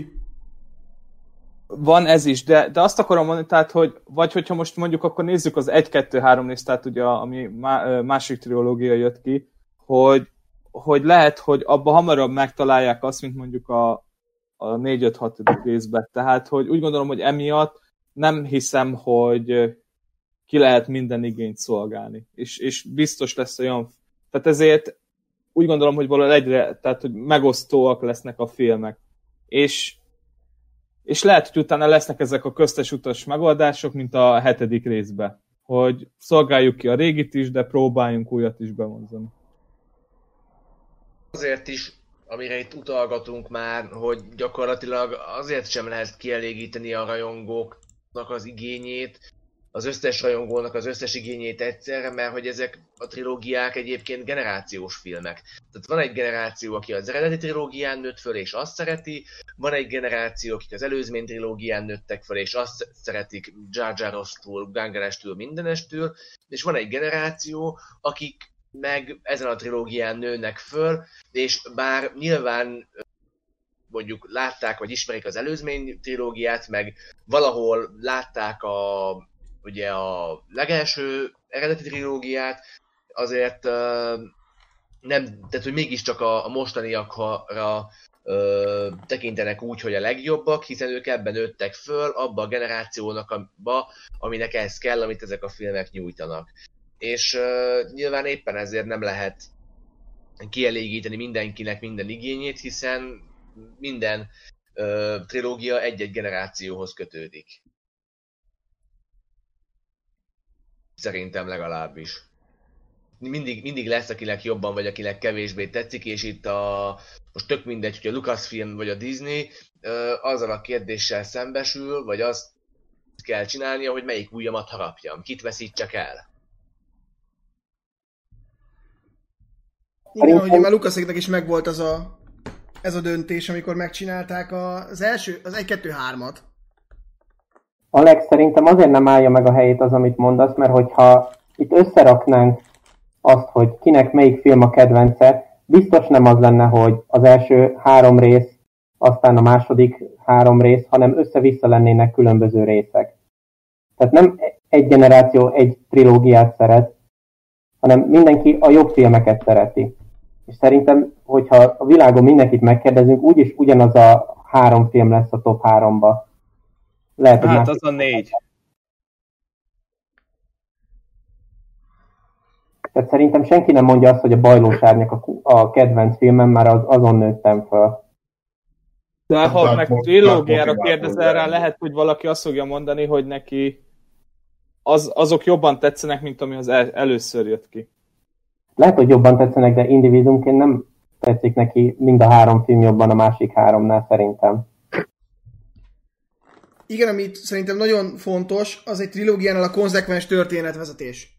Van ez is, de, de azt akarom mondani, tehát, hogy vagy hogyha most mondjuk akkor nézzük az egy, kettő, három részt, tehát ugye ami másik trilógia jött ki, hogy, hogy lehet, hogy abban hamarabb megtalálják azt, mint mondjuk a, a négy, öt, hatodik részben. Tehát, hogy úgy gondolom, hogy emiatt nem hiszem, hogy ki lehet minden igényt szolgálni. És, és biztos lesz olyan... Tehát ezért úgy gondolom, hogy valahol egyre, tehát, hogy megosztóak lesznek a filmek. És, és lehet, hogy utána lesznek ezek a köztes utas megoldások, mint a hetedik részben. Hogy szolgáljuk ki a régit is, de próbáljunk újat is bevonzani. Azért is, amire itt utalgatunk már, hogy gyakorlatilag azért sem lehet kielégíteni a rajongóknak az igényét, az összes rajongónak az összes igényét egyszerre, mert hogy ezek a trilógiák egyébként generációs filmek. Tehát van egy generáció, aki az eredeti trilógián nőtt föl és azt szereti, van egy generáció, akik az előzmény trilógián nőttek föl és azt szeretik Jar Jarostól, Gangerestől, mindenestől, és van egy generáció, akik meg ezen a trilógián nőnek föl, és bár nyilván mondjuk látták, vagy ismerik az előzmény trilógiát, meg valahol látták a, ugye a legelső eredeti trilógiát, azért uh, nem, tehát hogy mégiscsak a, a mostaniakra uh, tekintenek úgy, hogy a legjobbak, hiszen ők ebben nőttek föl, abba a generációnak, abba, aminek ez kell, amit ezek a filmek nyújtanak. És uh, nyilván éppen ezért nem lehet kielégíteni mindenkinek minden igényét, hiszen minden uh, trilógia egy-egy generációhoz kötődik. Szerintem legalábbis. Mindig, mindig lesz, akinek jobban vagy akinek kevésbé tetszik, és itt a, most tök mindegy, hogy a Lucasfilm vagy a Disney uh, azzal a kérdéssel szembesül, vagy azt kell csinálnia, hogy melyik ujjamat harapjam, kit veszítsek el. Igen, hogy már Lucaséknek is megvolt az a, ez a döntés, amikor megcsinálták az első, az egy kettő hármat. Alex, szerintem azért nem állja meg a helyét az, amit mondasz, mert hogyha itt összeraknánk azt, hogy kinek melyik film a kedvence, biztos nem az lenne, hogy az első három rész, aztán a második három rész, hanem össze-vissza lennének különböző részek. Tehát nem egy generáció egy trilógiát szeret, hanem mindenki a jobb filmeket szereti. És szerintem, hogyha a világon mindenkit megkérdezünk, úgyis ugyanaz a három film lesz a top háromba. Lehet, hogy hát az a négy. Tehát szerintem senki nem mondja azt, hogy a Bajlós Árnyak a, a kedvenc filmem, már az, azon nőttem föl. De ha meg trilógiára kérdezel rá, lehet, hogy valaki azt fogja mondani, hogy neki az, azok jobban tetszenek, mint ami az el, először jött ki. Lehet, hogy jobban tetszenek, de individuumként nem tetszik neki mind a három film jobban a másik háromnál szerintem. Igen, amit szerintem nagyon fontos, az egy trilógiánál a konzekvens történetvezetés.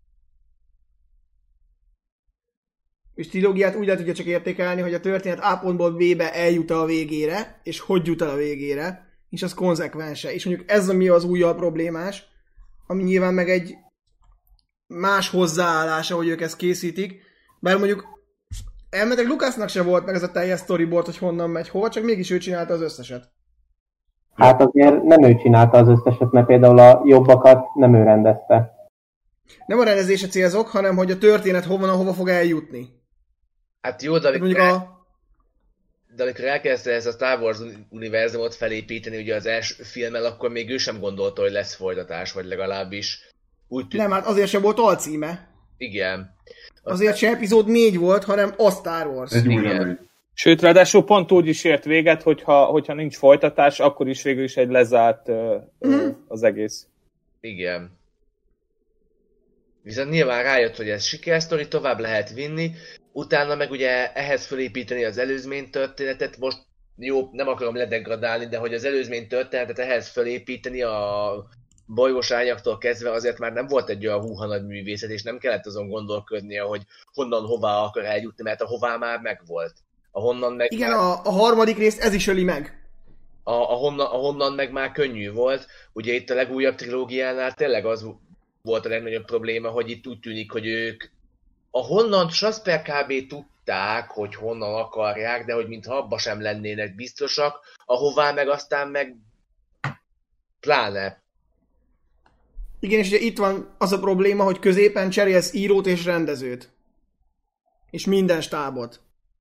És trilógiát úgy lehet tudja csak értékelni, hogy a történet A pontból B-be eljut a végére, és hogy jut el a végére, és az konzekvense. És mondjuk ez ami az újabb problémás, ami nyilván meg egy más hozzáállása, hogy ők ezt készítik, bár mondjuk elméletileg Lucasnak se volt meg ez a teljes storyboard, hogy honnan megy hova, csak mégis ő csinálta az összeset. Hát azért nem ő csinálta az összeset, mert például a jobbakat nem ő rendezte. Nem a rendezésre célzok, hanem hogy a történet hova, hova fog eljutni. Hát jó, de amikor, el... a... de amikor elkezdte ezt a Star Wars univerzumot felépíteni ugye az első filmmel, akkor még ő sem gondolta, hogy lesz folytatás, vagy legalábbis úgy tűnt. Nem, hát azért sem volt alcíme. Igen. Aztán... Azért sem epizód négy volt, hanem a Star Wars. Egy új Igen. Sőt, ráadásul pont úgy is ért véget, hogyha, hogyha nincs folytatás, akkor is végül is egy lezárt uh, mm. az egész. Igen. Viszont nyilván rájött, hogy ez sikersztori, tovább lehet vinni, utána meg ugye ehhez felépíteni az előzmény történetet, most jó, nem akarom ledegradálni, de hogy az előzmény történetet ehhez felépíteni a Bajlós Árnyaktól kezdve azért már nem volt egy olyan húha nagy művészet, és nem kellett azon gondolkodnia, hogy honnan hová akar eljutni, mert a hová már megvolt. A honnan meg Igen, már... a, a harmadik részt ez is öli meg. A, a, honnan, a honnan meg már könnyű volt. Ugye itt a legújabb trilógiánál tényleg az volt a legnagyobb probléma, hogy itt úgy tűnik, hogy ők a honnan Strasper kb. Tudták, hogy honnan akarják, de hogy mintha abba sem lennének biztosak, ahová meg aztán meg pláne. Igen, és ugye itt van az a probléma, hogy középen cserélsz írót és rendezőt. És minden stábot.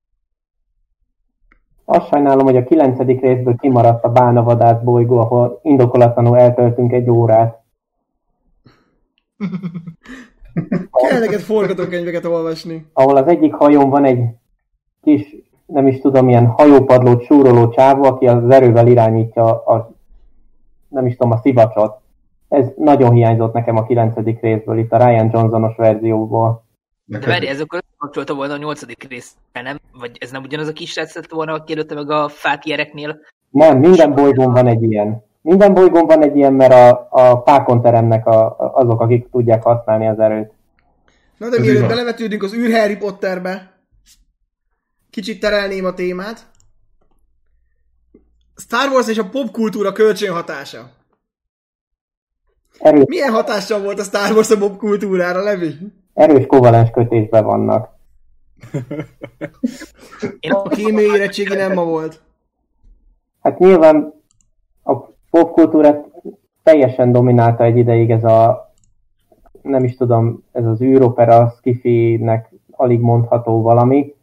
Azt sajnálom, hogy a kilencedik részből kimaradt a Bálnavadász bolygó, ahol indokolatlanul eltöltünk egy órát. Kell neked forgatókönyveket olvasni. Ahol az egyik hajón van egy kis, nem is tudom, ilyen hajópadlót súroló csávó, aki az erővel irányítja a, nem is tudom, a szivacsot. Ez nagyon hiányzott nekem a kilencedik részből, itt a Ryan Johnsonos verzióból. De várj, ez akkor kapcsolta volna a nyolcadik részre, nem? Vagy ez nem ugyanaz a kis srác lett volna, aki előtte meg a fátiereknél? Nem, minden bolygón van egy ilyen. Minden bolygón van egy ilyen, mert a, a fákon teremnek a, azok, akik tudják használni az erőt. Na de mielőtt belevetődünk az űr Harry Potterbe, kicsit terelném a témát. Star Wars és a popkultúra kölcsönhatása. Erős. Milyen hatással volt a Star Wars a popkultúrára, Levi? Erős kovalens kötésben vannak. A kémiai érettségi nem ma volt. Hát nyilván a popkultúrát teljesen dominálta egy ideig ez a, nem is tudom, ez az űropera, skifi-nek alig mondható valami.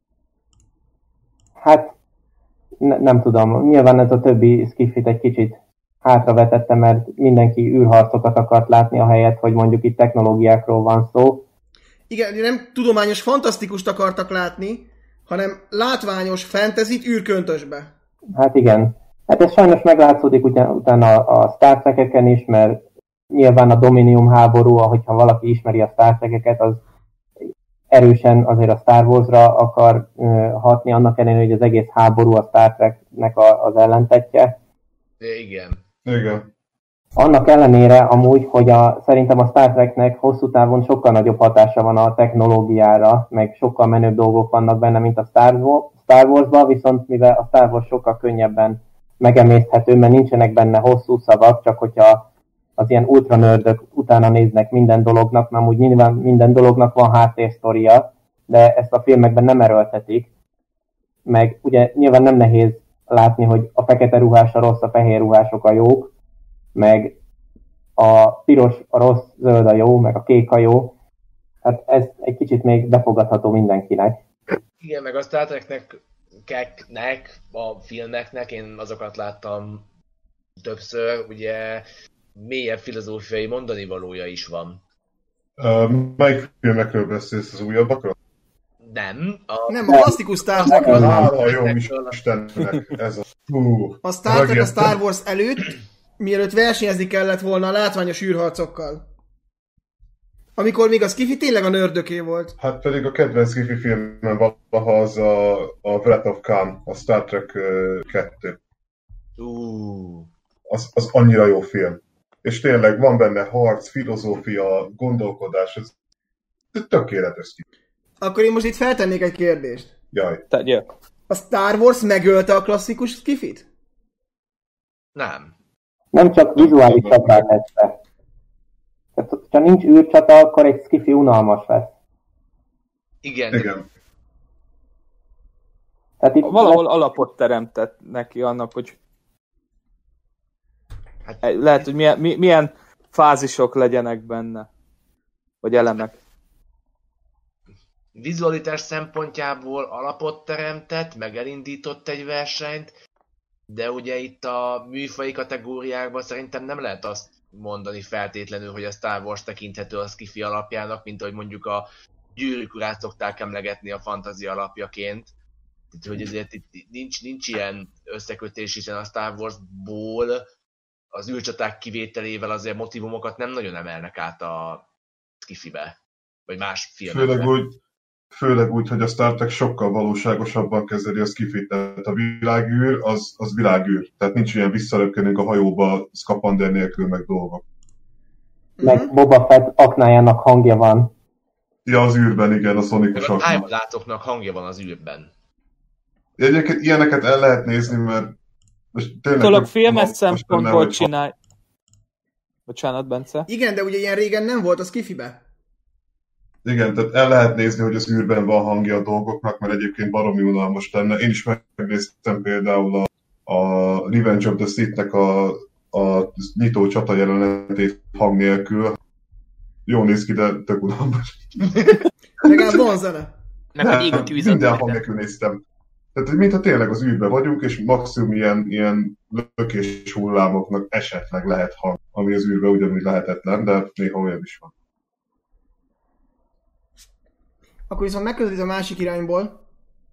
Hát ne, nem tudom, nyilván ez a többi skifit egy kicsit hátravetette, mert mindenki űrharcokat akart látni a helyet, hogy mondjuk itt technológiákról van szó. Igen, nem tudományos fantasztikust akartak látni, hanem látványos fantasyt űrköntösbe. Hát igen. Hát ez sajnos meglátszódik ugyan, utána a Star Trek-eken is, mert nyilván a Dominium háború, ahogyha valaki ismeri a Star Trek-eket, az erősen azért a Star Wars-ra akar uh, hatni, annak ellenére, hogy az egész háború a Star Trek-nek a, az ellentetje. Igen. Igen. Annak ellenére amúgy, hogy a, szerintem a Star Treknek hosszú távon sokkal nagyobb hatása van a technológiára, meg sokkal menőbb dolgok vannak benne, mint a Star, Star Wars-ban, viszont mivel a Star Wars sokkal könnyebben megemészthető, mert nincsenek benne hosszú szavak, csak hogyha az ilyen ultranördök utána néznek minden dolognak, mert amúgy nyilván minden dolognak van háttérsztoria, de ezt a filmekben nem erőltetik, meg ugye nyilván nem nehéz látni, hogy a fekete ruhás a rossz, a fehér ruhások a jók, meg a piros a rossz, zöld a jó, meg a kék a jó. Hát ez egy kicsit még befogadható mindenkinek. Igen, meg a Star Treknek, keknek, a filmeknek, én azokat láttam többször, ugye mélyebb filozófiai mondani valója is van. Uh, melyik filmekről beszélsz, az újabbakról? Nem. A... Nem, a klasszikus Star Trekről. Hála jó Istennek, ez a... Hú, a Star Trek a Star Wars előtt, mielőtt versenyezni kellett volna a látványos űrharcokkal. Amikor még a skifi tényleg a nördöké volt. Hát pedig a kedvenc skifi filmem valaha az a, a Wrath of Khan, a Star Trek kettő. Uh. Az, az annyira jó film. És tényleg van benne harc, filozófia, gondolkodás, ez tökéletes skifi. Akkor én most itt feltennék egy kérdést. Jaj. Tegyél. A Star Wars megölte a klasszikus skifit? Nem. Nem csak vizuális csatát tett be. Tehát, ha nincs űrcsata, akkor egy skifi unalmas lesz. Igen. Igen. Tehát itt valahol lesz... alapot teremtett neki annak, hogy hát... lehet, hogy milyen, milyen fázisok legyenek benne, vagy elemek. Vizualitás szempontjából alapot teremtett, meg elindított egy versenyt, de ugye itt a műfaji kategóriákban szerintem nem lehet azt mondani feltétlenül, hogy a Star Wars tekinthető a skifi alapjának, mint ahogy mondjuk a Gyűrűk urát szokták emlegetni a fantasy alapjaként. Tehát, hogy ezért itt nincs, nincs ilyen összekötés, hiszen a Star Warsból az űrcsaták kivételével azért motivumokat nem nagyon emelnek át a skifibe, vagy más filmekbe. Főleg úgy, főleg úgy, hogy a Star Trek sokkal valóságosabban kezeli a skifit, tehát a világűr az, az világűr. Tehát nincs ilyen visszaröpkenünk a hajóba szkapander nélkül meg dolgok. Meg Boba Fett aknájának hangja van. Ja, az űrben, igen, a szonikus akna. A tájvadászoknak hangja van az űrben. Egyébként ilyeneket el lehet nézni, mert Tényleg filmes szempontból csinálj. Bocsánat, Bence. Igen, de ugye ilyen régen nem volt a skifibe. Igen, tehát el lehet nézni, hogy az űrben van hangja a dolgoknak, mert egyébként baromi unalmas lenne. Én is megnéztem például a, a Revenge of the Sith-nek a, a nyitó csata jelenetét hang nélkül. Jó néz ki, de tök unalmas. Legalább van zene. Meg a ég a tűz. Minden hang nélkül néztem. Tehát, mintha tényleg az űrben vagyunk, és maximum ilyen, ilyen lökés hullámoknak esetleg lehet hang, ami az űrben ugyanúgy lehetetlen, de néha olyan is van. Akkor viszont megközelít a másik irányból.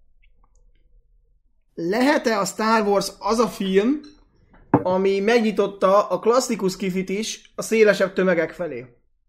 Lehet-e a Star Wars az a film, ami megnyitotta a klasszikus skifit is a szélesebb tömegek felé?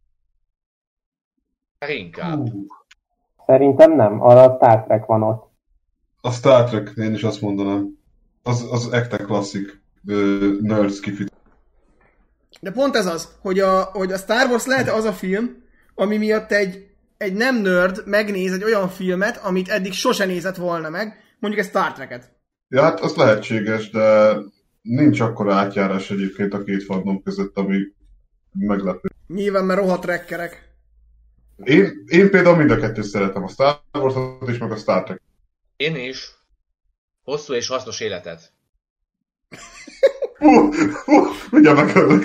Inkább. Uh. Szerintem nem, arra a Star Trek van ott. A Star Trek, én is azt mondanám. Az, az ekte klasszik uh, nerd skifit. De pont ez az, hogy a, hogy a Star Wars lehet az a film, ami miatt egy, egy nem nerd megnéz egy olyan filmet, amit eddig sose nézett volna meg, mondjuk egy Star Trek-et. Ja, hát az lehetséges, de nincs akkora átjárás egyébként a két fandom között, ami meglepő. Nyilván, mert rohadt trekkerek. Én, én például mind a kettőt szeretem, a Star Wars-ot is, meg a Star Trek. Én is. Hosszú és hasznos életet. Hú, hú, ugye megöllök.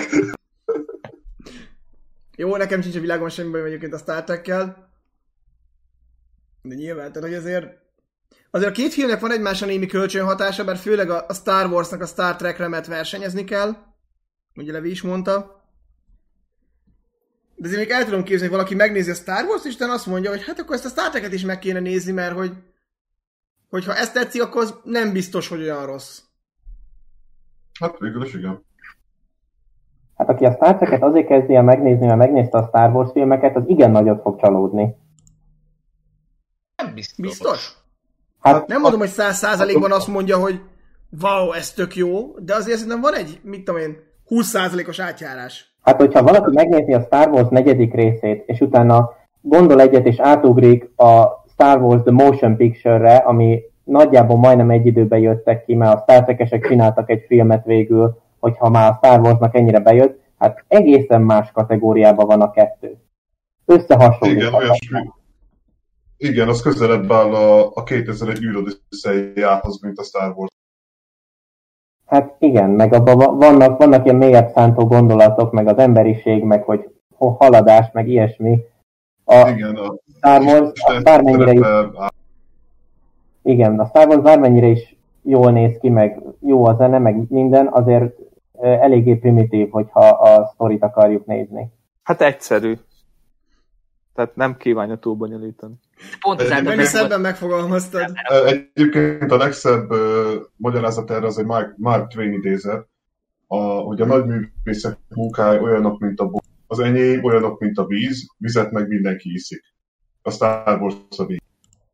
Jó, nekem sincs a világon semmi bajom egyébként a Star Trek-kel. De nyilván, tehát hogy azért... Azért a két filmnek van egymásra némi kölcsönhatása, bár főleg a Star Warsnak a Star Trek-re mert versenyezni kell. Ugye Levi is mondta. De azért még el tudom képzelni, hogy valaki megnézi a Star Wars-t, és azt mondja, hogy hát akkor ezt a Star Trek-et is meg kéne nézni, mert hogy hogyha ezt tetszik, akkor az nem biztos, hogy olyan rossz. Hát végül is igen. Hát aki a Star Trek-et azért kezdi el megnézni, mert megnézte a Star Wars filmeket, az igen nagyot fog csalódni. Nem biztos. Biztos? Hát Nem mondom, hogy száz százalékban azt mondja, hogy wow, ez tök jó, de azért szerintem van egy, mit tudom én, húsz százalékos átjárás. Hát, hogyha valaki megnézi a Star Wars negyedik részét, és utána gondol egyet, és átugrik a Star Wars The Motion Picture-re, ami nagyjából majdnem egy időben jöttek ki, mert a Star Trek-esek csináltak egy filmet végül, hogyha már a Star Warsnak ennyire bejött, hát egészen más kategóriában van a kettő. Összehasonlíthatatlan. Igen, olyasmi. Igen, az közelebb áll a, a kétezer-egy űrodüsszejához, mint a Star Wars. Hát igen, meg abban vannak, vannak ilyen mélyebb szántó gondolatok, meg az emberiség, meg hogy haladás, meg ilyesmi. A Igen, a Star Wars bármennyire is, igen, a Star Wars bármennyire is jól néz ki, meg jó a zene, meg minden, azért eléggé primitív, hogyha a sztorit akarjuk nézni. Hát egyszerű. Tehát nem kívánja túl bonyolítani. Pont az Benni szebben megfogalmaztad. Egyébként a legszebb uh, magyarázat erre az egy Mark, Mark Twain idézet, a, hogy a nagy művészek munkája olyanok, mint a bor, az enyém olyanok, mint a víz, vizet meg mindenki iszik. A Star Wars a víz.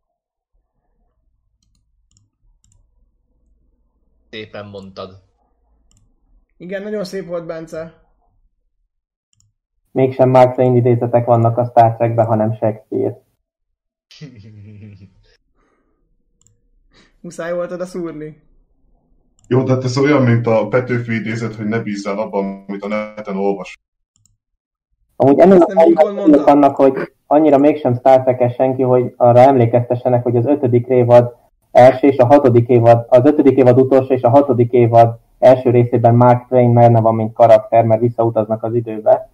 Szépen mondtad. Igen, nagyon szép volt, Bence. Mégsem Mark Twain idézetek vannak a Star Trekben, hanem Shakespeare. Muszáj volt oda szúrni. Jó, de hát ez olyan, mint a Petőfi idézet, hogy ne bízzál abban, amit a neten olvas. Amúgy ennél a annak, hogy annyira mégsem Star Trek-es senki, hogy arra emlékeztessenek, hogy az ötödik évad első és a hatodik évad, az ötödik évad utolsó és a hatodik évad első részében Mark Twain benne van, mint karakter, mert visszautaznak az időbe.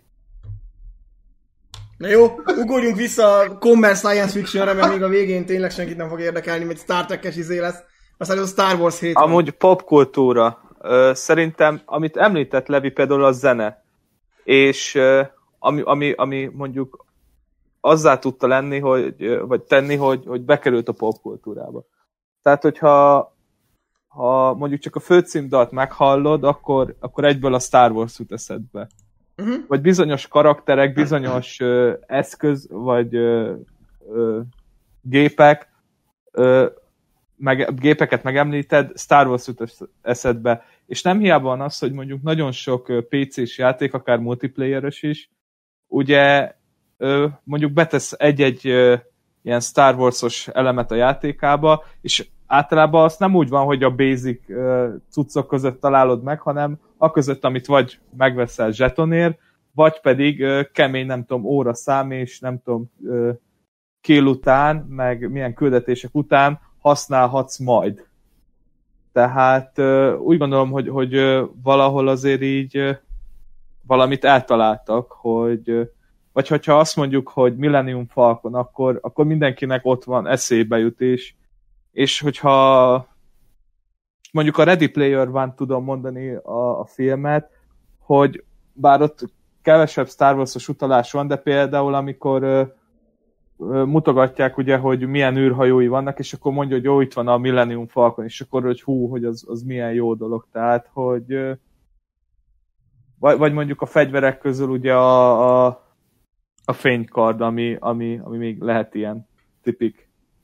Na jó, ugorjunk vissza a commerce science fictionre, mert még a végén tényleg senkit nem fog érdekelni, hogy Star Trek-es izé lesz. Aztán az a Star Wars hét. Amúgy popkultúra. Szerintem, amit említett Levi például a zene. És ami, ami, ami mondjuk azzá tudta lenni, hogy, vagy tenni, hogy, hogy bekerült a popkultúrába. Tehát, hogyha ha mondjuk csak a főcímdalt meghallod, akkor, akkor egyből a Star Wars jut eszedbe. Uh-huh. Vagy bizonyos karakterek, bizonyos ö, eszköz, vagy ö, ö, gépek, ö, meg, gépeket megemlíted, Star Wars jut eszedbe. És nem hiába van az, hogy mondjuk nagyon sok pé cés játék, akár multiplayeres is, ugye ö, mondjuk betesz egy-egy ö, ilyen Star Wars-os elemet a játékába, és általában azt nem úgy van, hogy a basic uh, cuccok között találod meg, hanem a között, amit vagy megveszel zsetonért, vagy pedig uh, kemény, nem tudom, óra szám, és nem tudom, uh, kill után, meg milyen küldetések után használhatsz majd. Tehát uh, úgy gondolom, hogy, hogy uh, valahol azért így uh, valamit eltaláltak, hogy uh, vagy hogyha azt mondjuk, hogy Millennium Falcon, akkor, akkor mindenkinek ott van, eszébe jut, és és hogyha mondjuk a Ready Player One tudom mondani a, a filmet, hogy bár ott kevesebb Star Wars-os utalás van, de például amikor ö, ö, mutogatják ugye, hogy milyen űrhajói vannak, és akkor mondja, hogy jó, itt van a Millennium Falcon, és akkor, hogy hú, hogy az, az milyen jó dolog. Tehát, hogy ö, vagy, vagy mondjuk a fegyverek közül ugye a, a, a fénykard, ami, ami, ami még lehet ilyen tipik.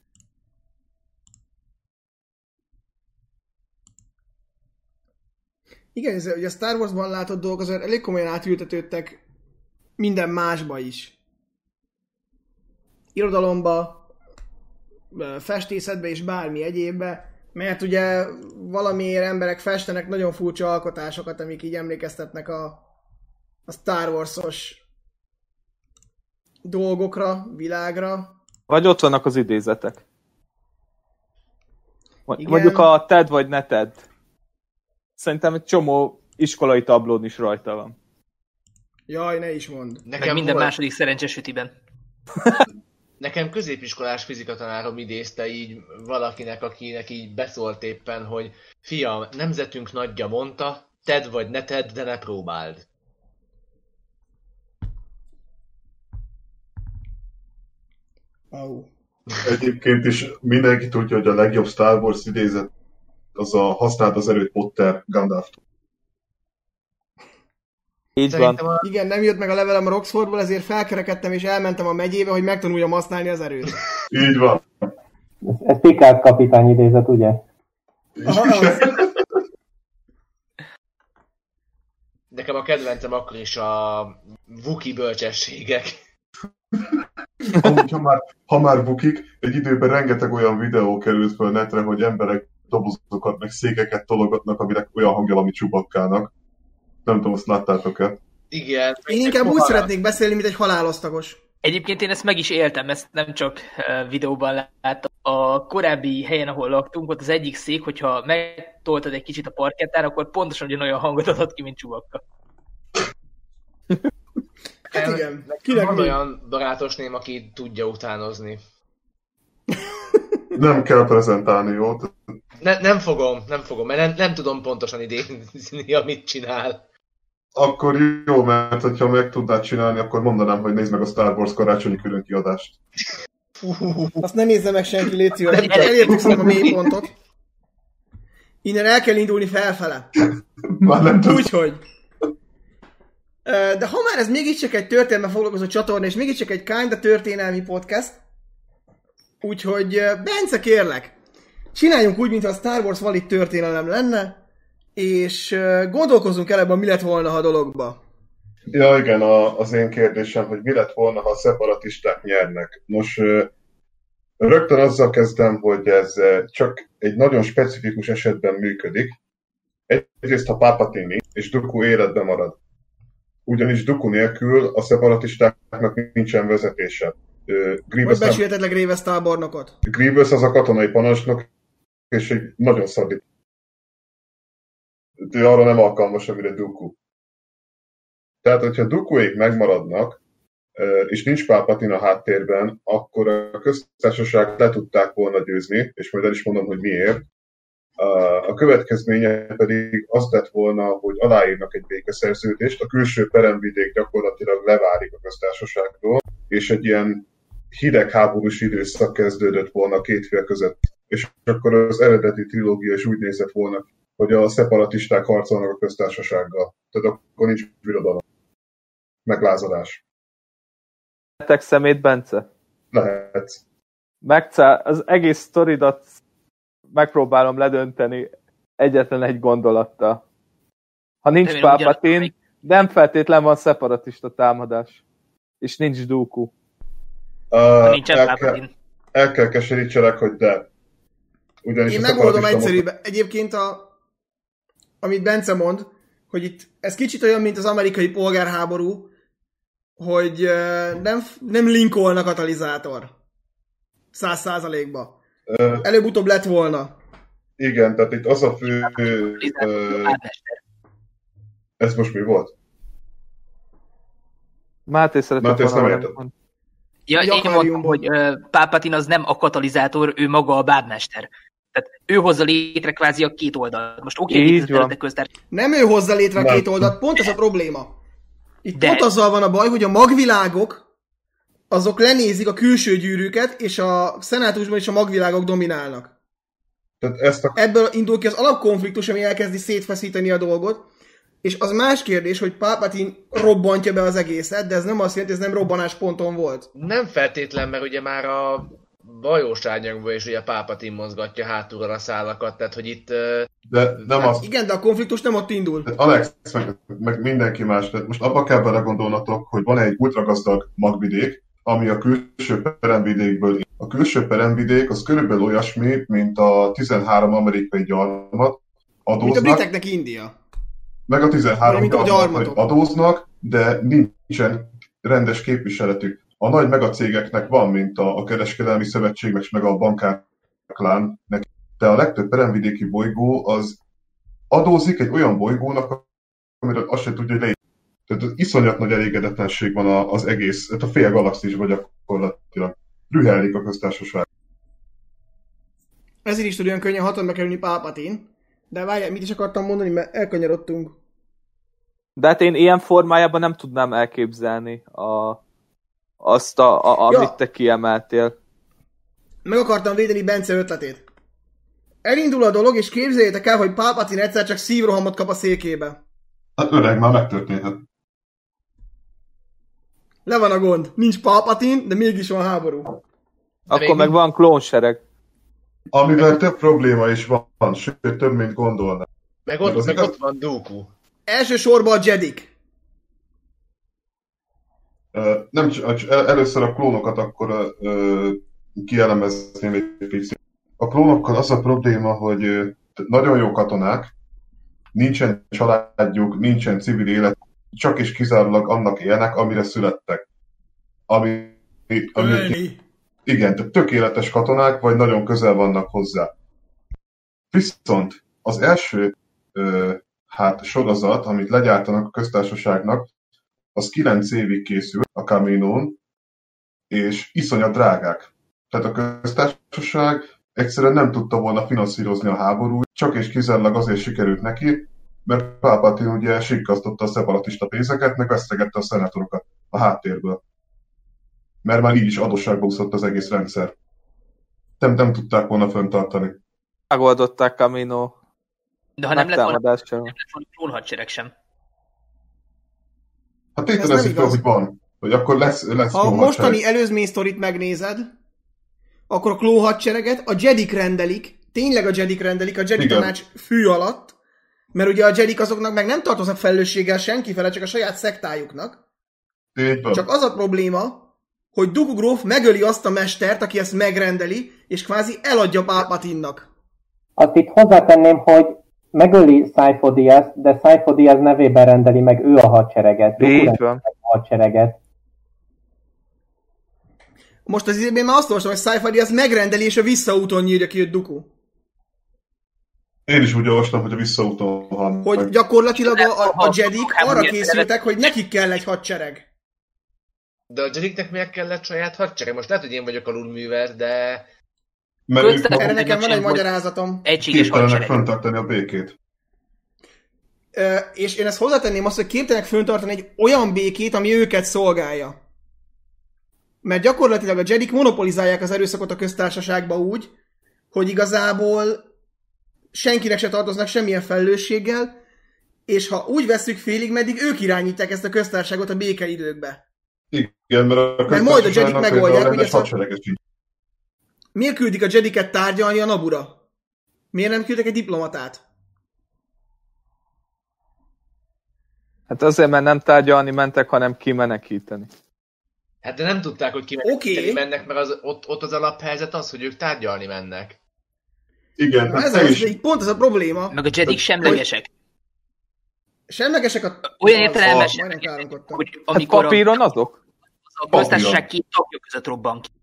Igen, ez, ugye a Star Wars-ban látott dolgok azért elég komolyan átültetődtek minden másba is. Irodalomba, festészetbe és bármi egyébbe, mert ugye valamiért emberek festenek nagyon furcsa alkotásokat, amik így emlékeztetnek a, a Star Wars-os dolgokra, világra. Vagy ott vannak az idézetek. Igen. Mondjuk a Ted vagy ne Ted. szerintem egy csomó iskolai tablón is rajta van. Jaj, ne is mondd. Meg minden volt... második szerencsés ütiben. Nekem középiskolás fizikatanárom idézte így valakinek, akinek így beszólt éppen, hogy fiam, nemzetünk nagyja mondta, tedd vagy ne tedd, de ne próbáld. Oh. Egyébként is mindenki tudja, hogy a legjobb Star Wars idézet az a használd az erőt Potter Gandalf-tól. Így Szerintem van. A... Igen, nem jött meg a levelem a Roxfordból, ezért felkerekedtem és elmentem a megyébe, hogy megtanuljam használni az erőt. Így van. Ez Picard kapitány idézet, ugye? Aha, Nekem a kedvencem akkor is a Wookie bölcsességek. Amúgy, ha már, ha már bukik, egy időben rengeteg olyan videó került fel netre, hogy emberek dobozokat, meg székeket tologatnak, aminek olyan hangja, ami Chewbacca-nak. Nem tudom, azt láttátok-e? Igen. én inkább úgy szeretnék beszélni, mint egy halálosztagos. Egyébként én ezt meg is éltem, ezt nem csak videóban láttam. A korábbi helyen, ahol laktunk, ott az egyik szék, hogyha megtoltad egy kicsit a parkettán, akkor pontosan ugyanolyan hangot adott ki, mint Chewbacca. Hát igen. Kinek van olyan barátosném, aki tudja utánozni. Nem kell prezentálni, jó? Ne, nem fogom, nem fogom, mert nem, nem tudom pontosan idézni, amit csinál. Akkor jó, mert hogyha meg tudnád csinálni, akkor mondanám, hogy nézd meg a Star Wars karácsonyi külön kiadást. Azt ne nézze meg senki, légy szíves. Elértük szerintem a mélypontot. Innen el kell indulni felfele. Már nem tudom. Úgyhogy. De ha már ez mégiscsak egy történelme foglalkozó csatorna, és mégiscsak egy kinda történelmi podcast, úgyhogy Bence, kérlek, csináljunk úgy, mintha a Star Wars valid történelem lenne, és gondolkozzunk el ebben, mi lett volna, ha a dologba. Ja, igen, a, az én kérdésem, hogy mi lett volna, ha a szeparatisták nyernek. Nos, rögtön azzal kezdem, hogy ez csak egy nagyon specifikus esetben működik. Egyrészt, ha Palpatine és Dooku életben marad. Ugyanis Dooku nélkül a szeparatistáknak nincsen vezetése. Hogy becsülhetetleg Grievous tábornokot? Grievous az a katonai parancsnok, és egy nagyon szadít. Ő arra nem alkalmas, amire Dooku. Tehát, hogyha Dookuék megmaradnak, és nincs Palpatine a háttérben, akkor a köztársaság le tudták volna győzni, és majd el is mondom, hogy miért. A következménye pedig az lett volna, hogy aláírnak egy békeszerződést, a külső peremvidék gyakorlatilag leválik a köztársaságról, és egy ilyen hidegháborús időszak kezdődött volna a két fél között. És akkor az eredeti trilógia is úgy nézett volna, hogy a szeparatisták harcolnak a köztársasággal. Tehát akkor nincs birodalom. Meglázadás. Lehetek szemét, Bence? Lehet. Megcá, az egész sztoridat megpróbálom ledönteni egyetlen egy gondolattal. Ha nincs Remélem, Palpatine, nem feltétlen van szeparatista támadás. És nincs Dooku. Uh, Ha nincsen el, Palpatine. kell, el kell keserítselek, hogy de. Ugyanis Én megoldom egyszerűbb. Egyébként, a, amit Bence mond, hogy itt ez kicsit olyan, mint az amerikai polgárháború, hogy uh, nem, nem Lincoln a katalizátor. Száz százalékba. Uh, Előbb-utóbb lett volna. igen, tehát itt az a fő... Uh, ez most mi volt? Máté szeretett Máté, ezt nem volna érted. mondani. Ja, Egy én mondtam, akváriumban. hogy uh, Palpatine az nem a katalizátor, ő maga a bábmester. Tehát ő hozza létre kvázi a két oldalt. Most oké, Így okay, ez van. a köztár. Nem ő hozza létre a Nem. két oldalt, pont ez a probléma. Itt De- pont azzal van a baj, hogy a magvilágok azok lenézik a külső gyűrűket, és a szenátusban is a magvilágok dominálnak. Tehát ezt a... Ebből indul ki az alapkonfliktus, ami elkezdi szétfeszíteni a dolgot, és az más kérdés, hogy Palpatine robbantja be az egészet, de ez nem azt jelenti, ez nem robbanásponton volt. Nem feltétlen, mert ugye már a bajós árnyakból is ugye Palpatine mozgatja hátulra a szálakat, tehát hogy itt... ö, De nem az... Igen, de a konfliktus nem ott indul. Tehát Alex, meg, meg mindenki más, tehát most abba kell belegondolnatok, hogy van egy ultragazdag magvidék, ami a külső peremvidékből. A külső peremvidék az körülbelül olyasmi, mint a tizenhárom amerikai gyarmat, Mint a adóznak, briteknek India. meg a tizenhárom Mint a gyarmat, gyarmatok. hogy adóznak, de nincsen rendes képviseletük. A nagy megacégeknek van, mint a, a kereskedelmi szövetség, meg meg a bankár klán, de a legtöbb peremvidéki bolygó az adózik egy olyan bolygónak, amiről azt sem tudja, hogy leír. Tehát iszonyat nagy elégedetlenség van az egész, a fél galaxisban gyakorlatilag. Rühellik a köztársaság. Ezért is tud olyan könnyen hatalomba kerülni Palpatine. De várjál, mit is akartam mondani, mert elkanyarodtunk. De hát én ilyen formájában nem tudnám elképzelni a, azt, a, a, amit ja. te kiemeltél. Meg akartam védeni Bence ötletét. Elindul a dolog, és képzeljétek el, hogy Palpatine egyszer csak szívrohamot kap a székébe. Hát öreg, már megtörténhet. Le van a gond. Nincs Palpatine, de mégis van háború. De Akkor meg van klónsereg. Amivel több probléma is van, sőt, több, mint gondolnak. Meg ott, meg ott van Dooku. Elsősorban a Jedik. Uh, nem csak, először a klónokat akkor uh, kielemezném egy picit. A klónokkal az a probléma, hogy uh, nagyon jó katonák, nincsen családjuk, nincsen civil élet, csak és kizárólag annak élnek, amire születtek. Ami, ami, igen, tehát tökéletes katonák, vagy nagyon közel vannak hozzá. Viszont az első ö, hát, sorozat, amit legyártanak a köztársaságnak, az kilenc évig készül a Kaminón, és iszonyat drágák. Tehát a köztársaság egyszerűen nem tudta volna finanszírozni a háborút, csak és kizárólag azért sikerült neki, mert Palpatine ugye sikkasztotta a szeparatista pénzeket, meg vesztegette a szenátorokat a háttérből. Mert már így is adósságba úszott az egész rendszer. Nem, nem tudták volna fenntartani. Megoldották Kamino. De ha nem lett volna, nem lett volna klónhadsereg sem. Hát tételezzük fel, hogy van. Hogy akkor lesz, lesz ha a mostani előzmény sztorit megnézed, akkor a klónhadsereget a Jedik rendelik, tényleg a Jedik rendelik, a Jedi Igen. tanács fű alatt, mert ugye a Jedik azoknak meg nem tartoznak felelősséggel senkifele, csak a saját szektájuknak. Éppen. Csak az a probléma, hogy Dooku gróf megöli azt a mestert, aki ezt megrendeli, és kvázi eladja Palpatine-nak. Azt itt hozzátenném, hogy megöli Sifo Dyas, de Sifo Dyas nevében rendeli meg ő a hadsereget. Így van. A hadsereget. Most az időben már azt olvastam, hogy Sifo Dyas megrendeli, és a visszaúton nyírja ki őt Dooku. Én is úgy olvastam, hogy a visszaúton van. Hogy meg. Gyakorlatilag a, a, a Jedik arra készültek, hogy nekik kell egy hadsereg. De a Jediknek miért kellett saját hadsereg? Most lehet, hogy én vagyok alulművel, de... Mert erre nekem van egy magyarázatom. Egységes hadsereg. fenntartani a békét. Ö, és én ezt hozzátenném azt, hogy képtelenek fenntartani egy olyan békét, ami őket szolgálja. Mert gyakorlatilag a Jedik monopolizálják az erőszakot a köztársaságba úgy, hogy igazából senkinek se tartoznak semmilyen felelősséggel, és ha úgy vesszük félig, meddig ők irányítják ezt a köztársaságot a békeidőkbe. Igen, mert a mert majd a Jedik megoldják, hogy ezt a... Miért küldik a Jediket tárgyalni a Nabura? Miért nem küldtek egy diplomatát? Hát azért, mert nem tárgyalni mentek, hanem kimenekíteni. Hát de nem tudták, hogy kimenekíteni okay. mennek, mert az, ott, ott az alaphelyzet az, hogy ők tárgyalni mennek. Igen, hát ez az, is. Így pont ez a probléma. Meg a Jedik semlegesek. Semlegesek a... Olyan értelemben, hogy amikor hát papíron azok? A köztársaság két tagja között robban ki.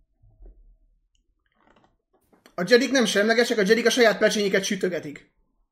A Jedik nem semlegesek, a Jedik a saját pecsényiket sütögetik.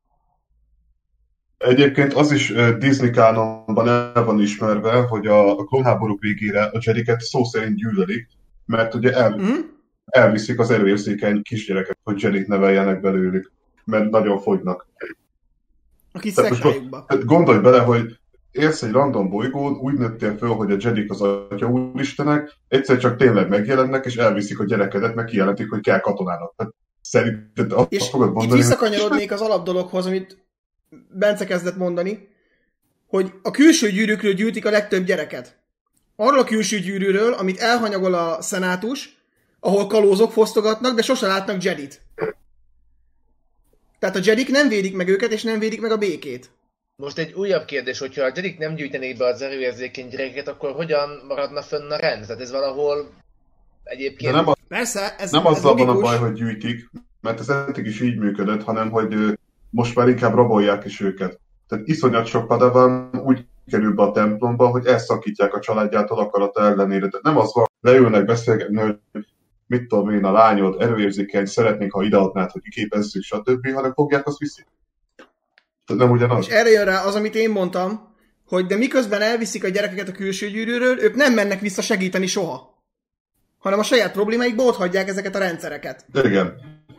Egyébként az is uh, Disney kánonban el van ismerve, hogy a, a klónháborúk végére a Jediket szó szerint gyűlölik, mert ugye el, mm-hmm. elviszik az erőérzékeny kisgyereket, hogy Jedik neveljenek belőlük, mert nagyon fogynak. A kis szektájukba. Gondolj bele, hogy élsz egy random bolygón, úgy nőttél föl, hogy a Jedik az atya úristenek, egyszer csak tényleg megjelennek, és elviszik a gyerekedet, meg kijelentik, hogy kell katonának. Hát, szerinted azt és fogod mondani... És itt visszakanyarodnék az alapdologhoz, amit Bence kezdett mondani, hogy a külső gyűrűkről gyűjtik a legtöbb gyereket. Arról a külső gyűrűről, amit elhanyagol a szenátus, ahol kalózok fosztogatnak, de sose látnak Jedit. Tehát a Jedik nem védik meg őket, és nem védik meg a békét. Most egy újabb kérdés, hogyha a Jedik nem gyűjtenék be az erőérzékeny gyerekeket, akkor hogyan maradna fönn a rend? Tehát ez valahol egyébként... Nem, a... Persze, ez, nem ez azzal logikus. van a baj, hogy gyűjtik, mert ez eddig is így működött, hanem hogy most már inkább rabolják is őket. Tehát iszonyat sok padawan úgy kerül be a templomba, hogy elszakítják a családjától akarata ellenére. Tehát nem az van, leülnek beszélgetni, hogy mit tudom én, a lányod erőérzékeny, szeretnénk, ha ideadnád, hogy kiképezzük, stb., hanem fogják, azt viszik. Nem ugyanaz. És erre jön rá az, amit én mondtam, hogy de miközben elviszik a gyerekeket a külső gyűrűről, ők nem mennek vissza segíteni soha, hanem a saját problémáikba ott hagyják ezeket a rendszereket. Igen.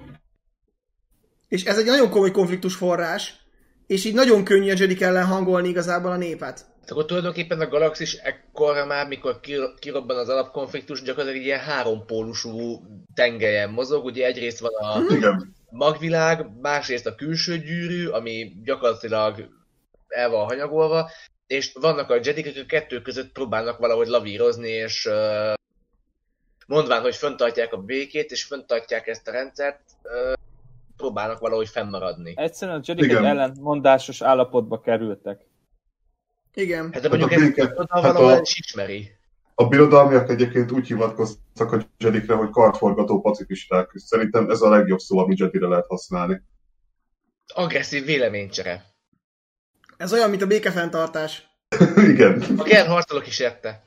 És ez egy nagyon komoly konfliktus forrás, és így nagyon könnyű a Jedik ellen hangolni igazából a népet. Akkor tulajdonképpen a Galaxis ekkora már, mikor kirobban az alapkonfliktus, gyakorlatilag egy ilyen hárompólusú tengelyen mozog. Ugye egyrészt van a Igen. magvilág, másrészt a külső gyűrű, ami gyakorlatilag el van hanyagolva, és vannak a Jedik, akik a kettő között próbálnak valahogy lavírozni, és uh, mondván, hogy fenntartják a békét, és fenntartják ezt a rendszert, uh, próbálnak valahogy fennmaradni. Egyszerűen a Jedik egy ellentmondásos állapotba kerültek. Igen. Hát de mondjuk ezt hát valahol hát is ismeri. A birodalmiak egyébként úgy hivatkoztak a Jedikre, hogy kartforgató pacifisták. Szerintem ez a legjobb szó, amit Jedire lehet használni. Agresszív véleménycsere. Ez olyan, mint a békefenntartás. Igen. Ha kell, harcolok is érte.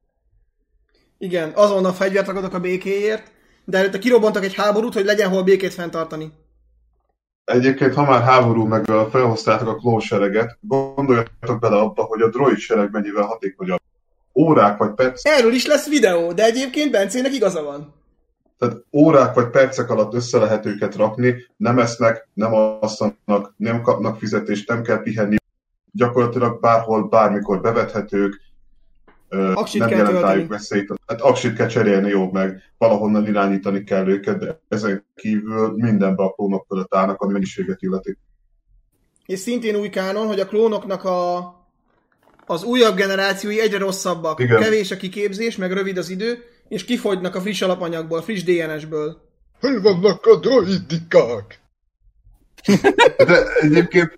Igen, azonnal fegyvert ragadok a békéért, de előtte kirobbantak egy háborút, hogy legyen hol békét fenntartani. Egyébként, ha már háború meg felhoztátok a klónsereget, gondoljatok bele abba, hogy a droid sereg mennyivel hatékonyabb. Órák vagy percek... Erről is lesz videó, de egyébként Bencének igaza van. Tehát órák vagy percek alatt össze lehet őket rakni, nem esznek, nem alszanak, nem kapnak fizetést, nem kell pihenni. Gyakorlatilag bárhol, bármikor bevethetők, aksit nem kell jelent tölteni. rájuk veszélyt. Hát aksit kell cserélni, jó, meg valahonnan irányítani kell őket, de ezen kívül mindenbe a klónok fölött állnak, ami mennyiséget illeti. És szintén új kánon, hogy a klónoknak a, az újabb generációi egyre rosszabbak. Igen. Kevés a kiképzés, meg rövid az idő, és kifogynak a friss alapanyagból, friss dé en es-ből. Hol vannak a droidikák? De egyébként,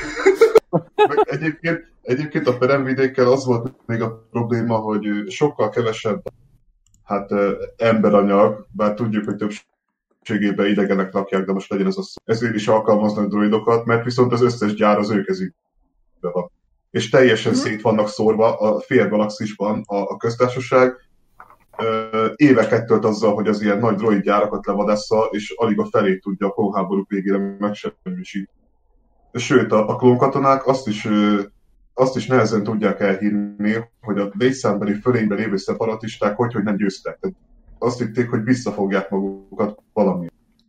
egyébként, egyébként a peremvidékkel az volt még a probléma, hogy sokkal kevesebb hát, emberanyag, bár tudjuk, hogy többségében idegenek lakják, de most legyen ez a szó. Ezért is alkalmaznak droidokat, mert viszont az összes gyár az ő kezükben van. És teljesen hmm. szét vannak szórva a fél galaxisban a, a köztársaság. Ö, éveket tölt azzal, hogy az ilyen nagy droid gyárakat levadásza, és alig a felét tudja a klónháborúk végére megsemmisíteni. Sőt, a, a klónkatonák azt is, ö, azt is nehezen tudják elhívni, hogy a létszámbeli fölényben lévő szeparatisták hogy, hogy nem győztek. Tehát azt hitték, hogy visszafogják magukat valami.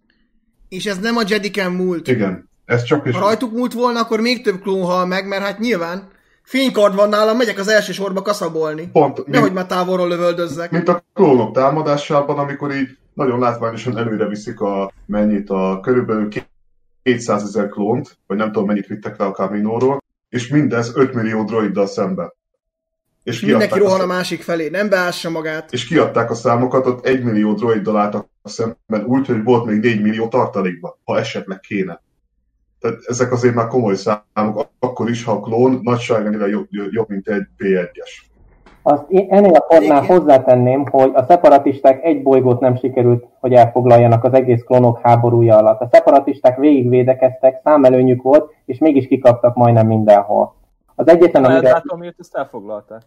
És ez nem a Jediken múlt. Igen. Ez csak is... Ha rajtuk múlt volna, akkor még több klón hal meg, mert hát nyilván fénykard van nálam, megyek az első sorba kaszabolni. Pont. Nehogy mint, már távolról lövöldözzek. Mint a klónok támadásában, amikor így nagyon látványosan előre viszik a mennyit, a körülbelül kétszázezer klónt, vagy nem tudom mennyit vittek le a Kaminóról, és mindez öt millió droiddal szemben. És mindenki rohan a, a másik felé, nem beássa magát. És kiadták a számokat, ott egy millió droiddal álltak a szemben, úgy, hogy volt még négy millió tartalékban, ha esetleg kéne. Tehát ezek azért már komoly számok, akkor is, ha a klón nagyságrendileg jobb, jobb, mint egy bé egyes. Azt én ennél a pontnál hozzátenném, hogy a szeparatisták egy bolygót nem sikerült, hogy elfoglaljanak az egész klónok háborúja alatt. A szeparatisták végigvédekeztek, számelőnyük volt, és mégis kikaptak majdnem mindenhol. Az egyetlen, amire... Datomírt ezt elfoglalták.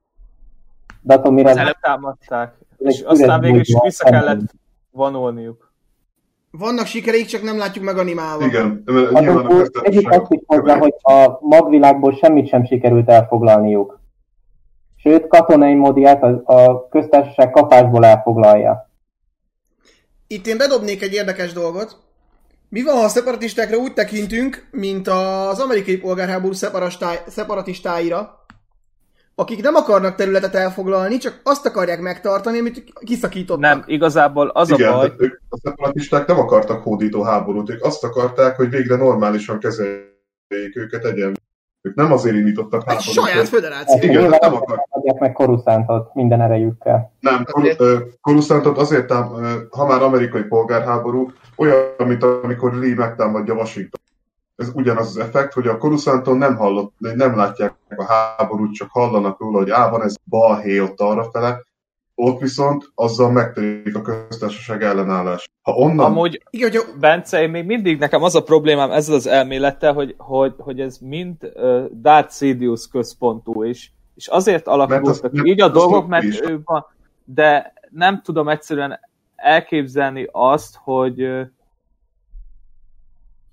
Datomírt... Az előbb támadták, és aztán végül is vissza kellett vonulniuk. Vannak sikereik, csak nem látjuk meg animálva. Igen, nyilván a köztársaság... Egyik azt is hozzá, hogy a magvilágból semmit sem sikerült elfoglalniuk. Sőt, katonai módját a, a köztársaság kapásból elfoglalja. Itt én bedobnék egy érdekes dolgot. Mi van, ha a szeparatistákra úgy tekintünk, mint az amerikai polgárháború szeparatistáira, akik nem akarnak területet elfoglalni, csak azt akarják megtartani, amit kiszakítottak. Nem, igazából az Igen, a baj... ők, a szeparatisták nem akartak hódító háborút, ők azt akarták, hogy végre normálisan kezeljék őket egyenlően. Ők nem azért indítottak háborút. Egy saját föderáció. Igen, nem akarták. meg Coruscantot minden erejükkel. Nem, Coruscantot azért, tám, ha már amerikai polgárháború, olyan, mint amikor Lee megtámadja Washington. Ez ugyanaz az effekt, hogy a Coruscanton nem hallott, nem látják a háborút, csak hallanak róla, hogy á, van ez balhé ott arrafele, ott viszont azzal megtörik a köztársaság ellenállás. Ha onnan... Amúgy, igen, hogy... Bence, én még mindig nekem az a problémám ezzel az elmélettel, hogy, hogy, hogy ez mind uh, Darth Sidious központú, és, és azért alakultak így a dolgok, mert ő van, de nem tudom egyszerűen elképzelni azt, hogy uh,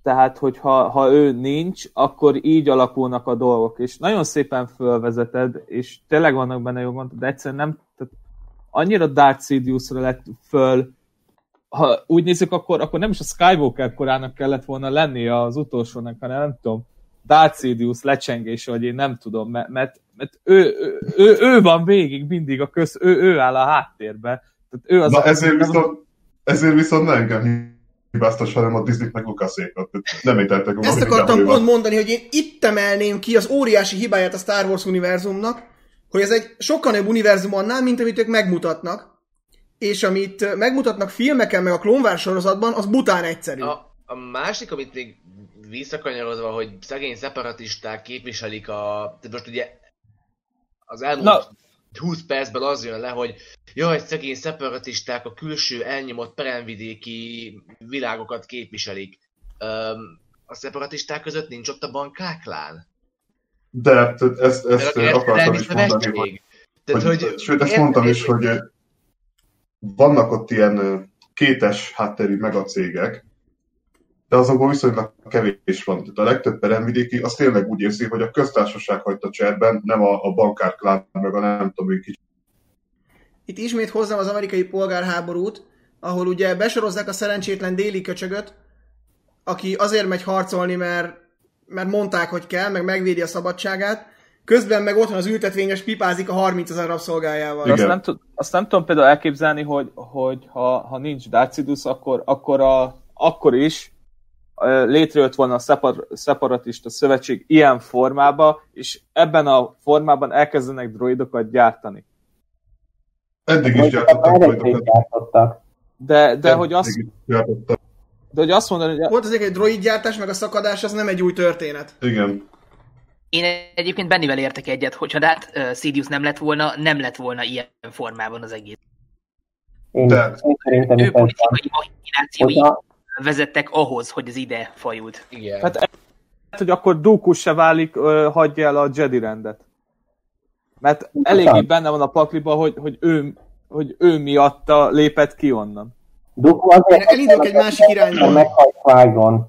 Tehát, hogyha ha ő nincs, akkor így alakulnak a dolgok. És nagyon szépen fölvezeted, és tényleg vannak benne jó gondok, de egyszerűen nem, tehát annyira Darth Sidiousra lett föl, ha úgy nézzük, akkor, akkor nem is a Skywalker korának kellett volna lennie az utolsónak, hanem nem tudom, Darth Sidious lecsengése, vagy én nem tudom, mert, mert, mert ő, ő, ő, ő van végig mindig a köz, ő, ő áll a háttérbe. Tehát ő az Na a, ezért viszont, ezért viszont nem engem hibáztas, hanem a Disney meg Lukasékat. Nem értettek. Ezt akartam pont mondani, hogy én itt emelném ki az óriási hibáját a Star Wars univerzumnak, hogy ez egy sokkal nagyobb univerzum annál, mint amit ők megmutatnak. És amit megmutatnak filmeken, meg a Clone Wars sorozatban, az bután egyszerű. A, a másik, amit még visszakanyarodva, hogy szegény szeparatisták képviselik a... Most ugye az elmúlt Na. húsz percben az jön le, hogy jaj, szegény szeparatisták a külső elnyomott peremvidéki világokat képviselik. Öm, a szeparatisták között nincs ott a bankáklán? De ezt, ezt akartam is mondani, hogy, Tehát, hogy, hogy... Sőt, ezt mondtam is, hogy vannak ott ilyen kétes hátterű megacégek, de azokból viszonylag kevés van. Tehát a legtöbb peremvidéki az tényleg úgy érzi, hogy a köztársaság hagyta cserben, nem a, a bankárklán, meg a nem tudom, hogy kicsit. Itt ismét hozzám az amerikai polgárháborút, ahol ugye besorozzák a szerencsétlen déli köcsögöt, aki azért megy harcolni, mert, mert mondták, hogy kell, meg megvédi a szabadságát, közben meg ott van az ültetvényes, pipázik a harmincezer rabszolgájával. Azt nem, tud, azt nem tudom például elképzelni, hogy, hogy ha, ha nincs Darth Sidious, akkor, akkor, a, akkor is létrejött volna a szepar, szeparatista szövetség ilyen formában, és ebben a formában elkezdenek droidokat gyártani. Eddig is gyártottak droidokat. De, de hogy azt... De hogy azt mondani, hogy... Volt azért egy droidgyártás, meg a szakadás, az nem egy új történet. Igen. Én egyébként Bennivel értek egyet, hogyha Darth uh, Sidious nem lett volna, nem lett volna ilyen formában az egész. Én, De... én szerintem ő politikai machinációi hogyha... vezettek ahhoz, hogy ez ide fajult. Igen. Hát, hát hogy akkor Dooku se válik, uh, hagyja el a Jedi rendet. Mert eléggé benne van a pakliba, hogy, hogy, ő, hogy ő miatta lépett ki onnan. Dooku azért... Én elindulok egy másik irányba. Meghalt Qui-Gon.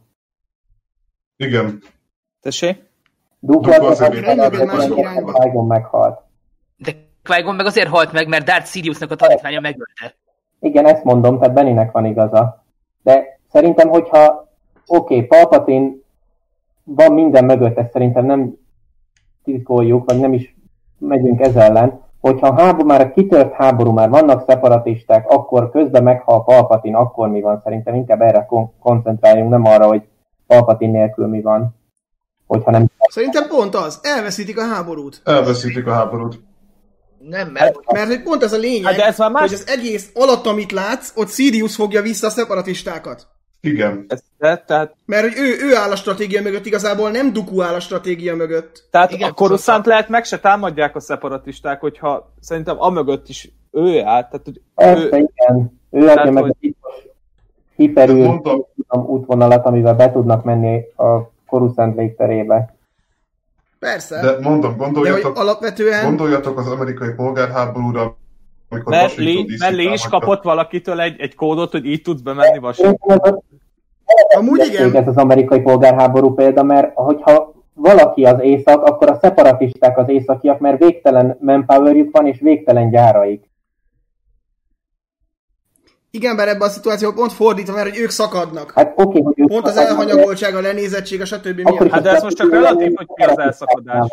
Igen. Tessék? Dooku azért egy másik irányba. Qui-Gon meghalt. De Qui-Gon meg azért halt meg, mert Darth Sidiousnak a tanítványa megölte. Igen, ezt mondom, tehát Benninek van igaza. De szerintem, hogyha oké, okay, Palpatine van minden mögött, ezt szerintem nem titkoljuk, vagy nem is megyünk ez ellen, hogyha a háború, már a kitört háború, már vannak szeparatisták, akkor közben meghal Palpatine, akkor mi van? Szerintem inkább erre kon- koncentráljunk, nem arra, hogy Palpatine nélkül mi van. Hogyha nem... Szerintem pont az. Elveszítik a háborút. Elveszítik a háborút. Nem, mert... Mert hogy pont ez a lényeg, Hát de ez már más... hogy az egész alatt, amit látsz, ott Sidious fogja vissza a szeparatistákat. Igen. Ez, de, tehát Mert hogy ő, ő áll a stratégia mögött, igazából nem Dooku áll a stratégia mögött. tehát Igen, a Coruscant szóval- lehet meg se támadják a szeparatisták, hogyha szerintem amögött is ő áll. Tehát, hogy Persze, ő, igen. Ő adja meg hogy... a titkos hiperült Mondtam... útvonalat, amivel be tudnak menni a Coruscant légterébe. Persze. De mondom, De gondoljatok, hogy alapvetően... gondoljatok az amerikai polgárháborúra, amikor mert Washington Lee, dé cé mert Lee is támadta. kapott valakitől egy, egy kódot, hogy így tudsz bemenni Washington. Amúgy igen. Ez az amerikai polgárháború példa, mert hogyha valaki az észak, akkor a szeparatisták az északiak, mert végtelen manpowerjük van, és végtelen gyáraik. Igen, bár ebben a szituációban pont fordítva, mert hogy ők szakadnak. Hát oké, okay, hogy ők Pont az szakadnak, elhanyagoltság, a lenézettség, a stb. akkor miatt. is Hát de ez most csak relatív, hogy ki az elszakadás.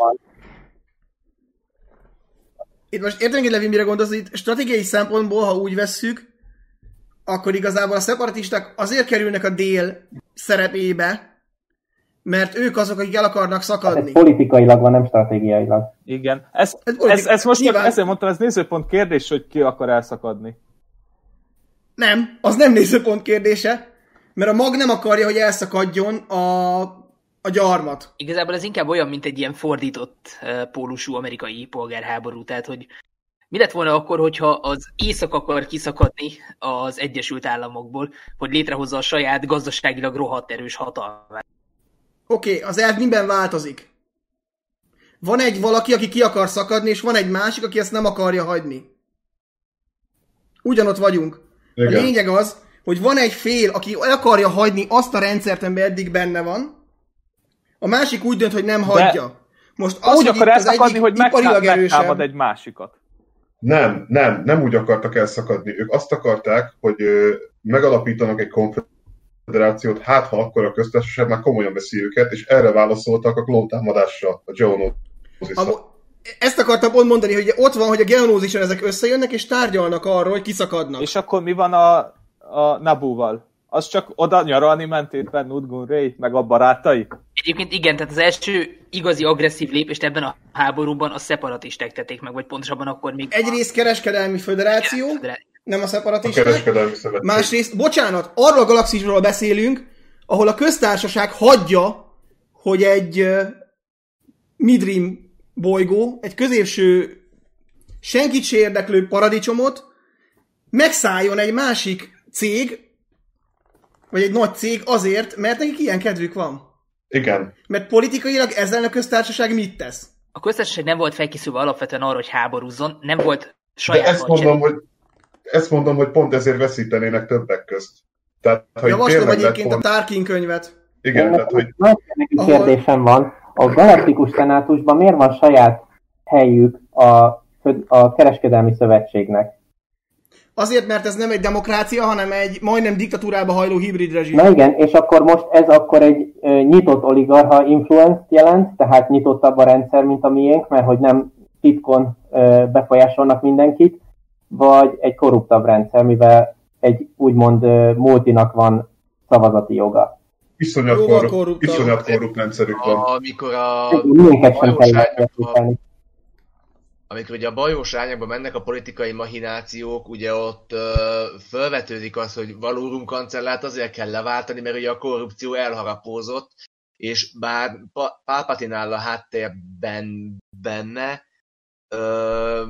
Itt most értenek, Levi, mire gondolsz, itt stratégiai szempontból, ha úgy vesszük, akkor igazából a szeparatisták azért kerülnek a dél szerepébe, mert ők azok, akik el akarnak Hát szakadni. ez politikailag van, nem stratégiailag. Igen. Ez, Ez ez, politik- ez most nyilván- ezért mondtam, ez nézőpont kérdés, hogy ki akar elszakadni. Nem, az nem nézőpont kérdése, mert a mag nem akarja, hogy elszakadjon a, a gyarmat. Igazából ez inkább olyan, mint egy ilyen fordított uh, pólusú amerikai polgárháború, tehát hogy mi lett volna akkor, hogyha az észak akar kiszakadni az Egyesült Államokból, hogy létrehozza a saját gazdaságilag rohadt erős hatalmát. Oké, okay, az elv minden változik. Van egy valaki, aki ki akar szakadni, és van egy másik, aki ezt nem akarja hagyni. Ugyanott vagyunk. Igen. A lényeg az, hogy van egy fél, aki el akarja hagyni azt a rendszert, amiben eddig benne van, a másik úgy dönt, hogy nem hagyja. Most az, úgy hogy akar elszakadni, hogy iparilag megtámad egy másikat. Nem, nem, nem úgy akartak elszakadni. Ők azt akarták, hogy ö, megalapítanak egy konfederációt, hát ha akkor a köztársaság már komolyan veszi őket, és erre válaszoltak a klóntámadásra, a Geonosis-ra. Ezt akartam pont mondani, hogy ott van, hogy a Geonózison ezek összejönnek, és tárgyalnak arról, hogy kiszakadnak. És akkor mi van a, a Naboo-val? Az csak oda nyaralni ment éppen Nutgun Ray, meg a barátai? Egyébként igen, tehát az első igazi agresszív lépést ebben a háborúban a szeparatisták tették meg, vagy pontosabban akkor még... Egyrészt kereskedelmi föderáció, nem a A szeparatisták. kereskedelmi szövetség. Másrészt, bocsánat, arról a galaxisról beszélünk, ahol a köztársaság hagyja, hogy egy uh, Midrim bolygó, egy középső, senkit se érdeklő paradicsomot megszálljon egy másik cég, vagy egy nagy cég azért, mert nekik ilyen kedvük van. Igen. Mert politikailag ezzel a köztársaság mit tesz? A köztársaság nem volt felkészülve alapvetően arra, hogy háborúzzon, nem volt De saját ezt mondom, hogy, ezt mondom, hogy pont ezért veszítenének többek közt. Tehát, ha Javaslom egyébként pont... a Tarkin könyvet. Igen, tehát, hogy... Nagy kérdésem van, a Galaktikus Szenátusban miért van saját helyük a, a kereskedelmi szövetségnek? Azért, mert ez nem egy demokrácia, hanem egy majdnem diktatúrába hajló hibrid rezsim. Na igen, és akkor most ez akkor egy ö, nyitott oligarcha influence jelent, tehát nyitottabb a rendszer, mint a miénk, mert hogy nem titkon ö, befolyásolnak mindenkit, vagy egy korruptabb rendszer, mivel egy úgymond ö, multinak van szavazati joga. Iszonyat Jóval korrupt, korruptabb. iszonyat korrupt rendszerük van. Amikor a Minket sem bajós kell árnyakba, értékelni. amikor ugye a bajós árnyakba mennek a politikai mahinációk, ugye ott uh, felvetődik az, hogy Valorum kancellát azért kell leváltani, mert ugye a korrupció elharapózott, és bár pa- Palpatine áll a háttérben benne, uh,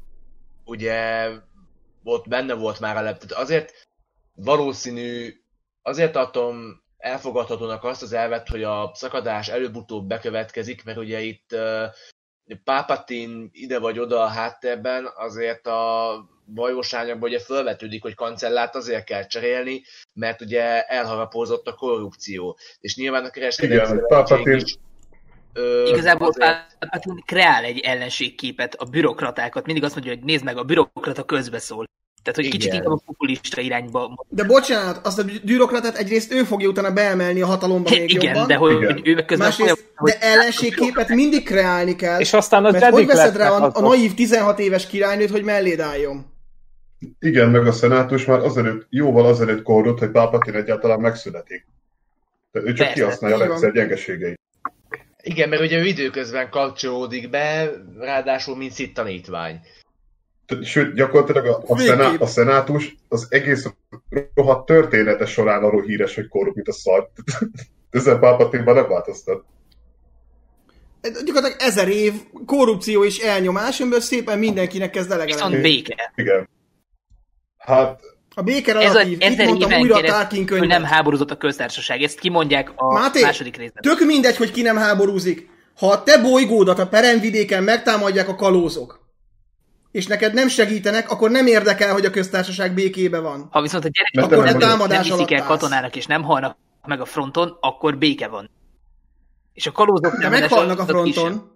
ugye ott benne volt már a lep. Tehát azért valószínű, azért tartom elfogadhatónak azt az elvet, hogy a szakadás előbb-utóbb bekövetkezik, mert ugye itt uh, Palpatine ide vagy oda a háttérben, azért a bajós árnyakban ugye felvetődik, hogy kancellát azért kell cserélni, mert ugye elharapózott a korrupció. És nyilván a kereskedelmi Igen, Palpatine... is Ö, Igazából azért... Palpatine kreál egy ellenségképet, a bürokratákat. Mindig azt mondja, hogy nézd meg, a bürokrata közbeszól. Tehát, hogy Igen. kicsit inkább a populista irányba. De bocsánat, azt a bürokratát egyrészt ő fogja utána beemelni a hatalomba még Igen, jobban. de hogy, Igen. hogy ő meg közben... Másrészt, hogy de ellenségképet mindig kreálni kell. És aztán a mert hogy Jedik veszed rá a, lesznek a azok. naív tizenhat éves királynőt, hogy melléd álljon? Igen, meg a szenátus már azelőtt, jóval azelőtt korrupt, hogy Palpatine egyáltalán megszületik. Tehát ő csak Persze, kihasználja a így rendszer van. gyengeségeit. Igen, mert ugye ő időközben kapcsolódik be, ráadásul mint Sith tanítvány. Tehát, sőt, gyakorlatilag a, a, szená, a szenátus az egész rohadt története során arról híres, hogy korrupt, mint a szar. Ezzel Palpatine-ban nem változtat. Gyakorlatilag ezer év korrupció és elnyomás, amiből szépen mindenkinek kezd Viszont elegelenni. béke. Igen. Hát, A béke Ez a relatív. Itt ezer mondtam éven újra a keresztül Tarkin könyvet. nem háborúzott a köztársaság. Ezt kimondják a Máté, második részben. tök mindegy, hogy ki nem háborúzik. Ha a te bolygódat a peremvidéken megtámadják a kalózok, és neked nem segítenek, akkor nem érdekel, hogy a köztársaság békébe van. Ha viszont a Mert gyerekek nem nem, vagy- nem támadás hiszik alatt el állsz. katonának, és nem halnak meg a fronton, akkor béke van. És a kalózok De nem meghalnak a azok kisebb. fronton.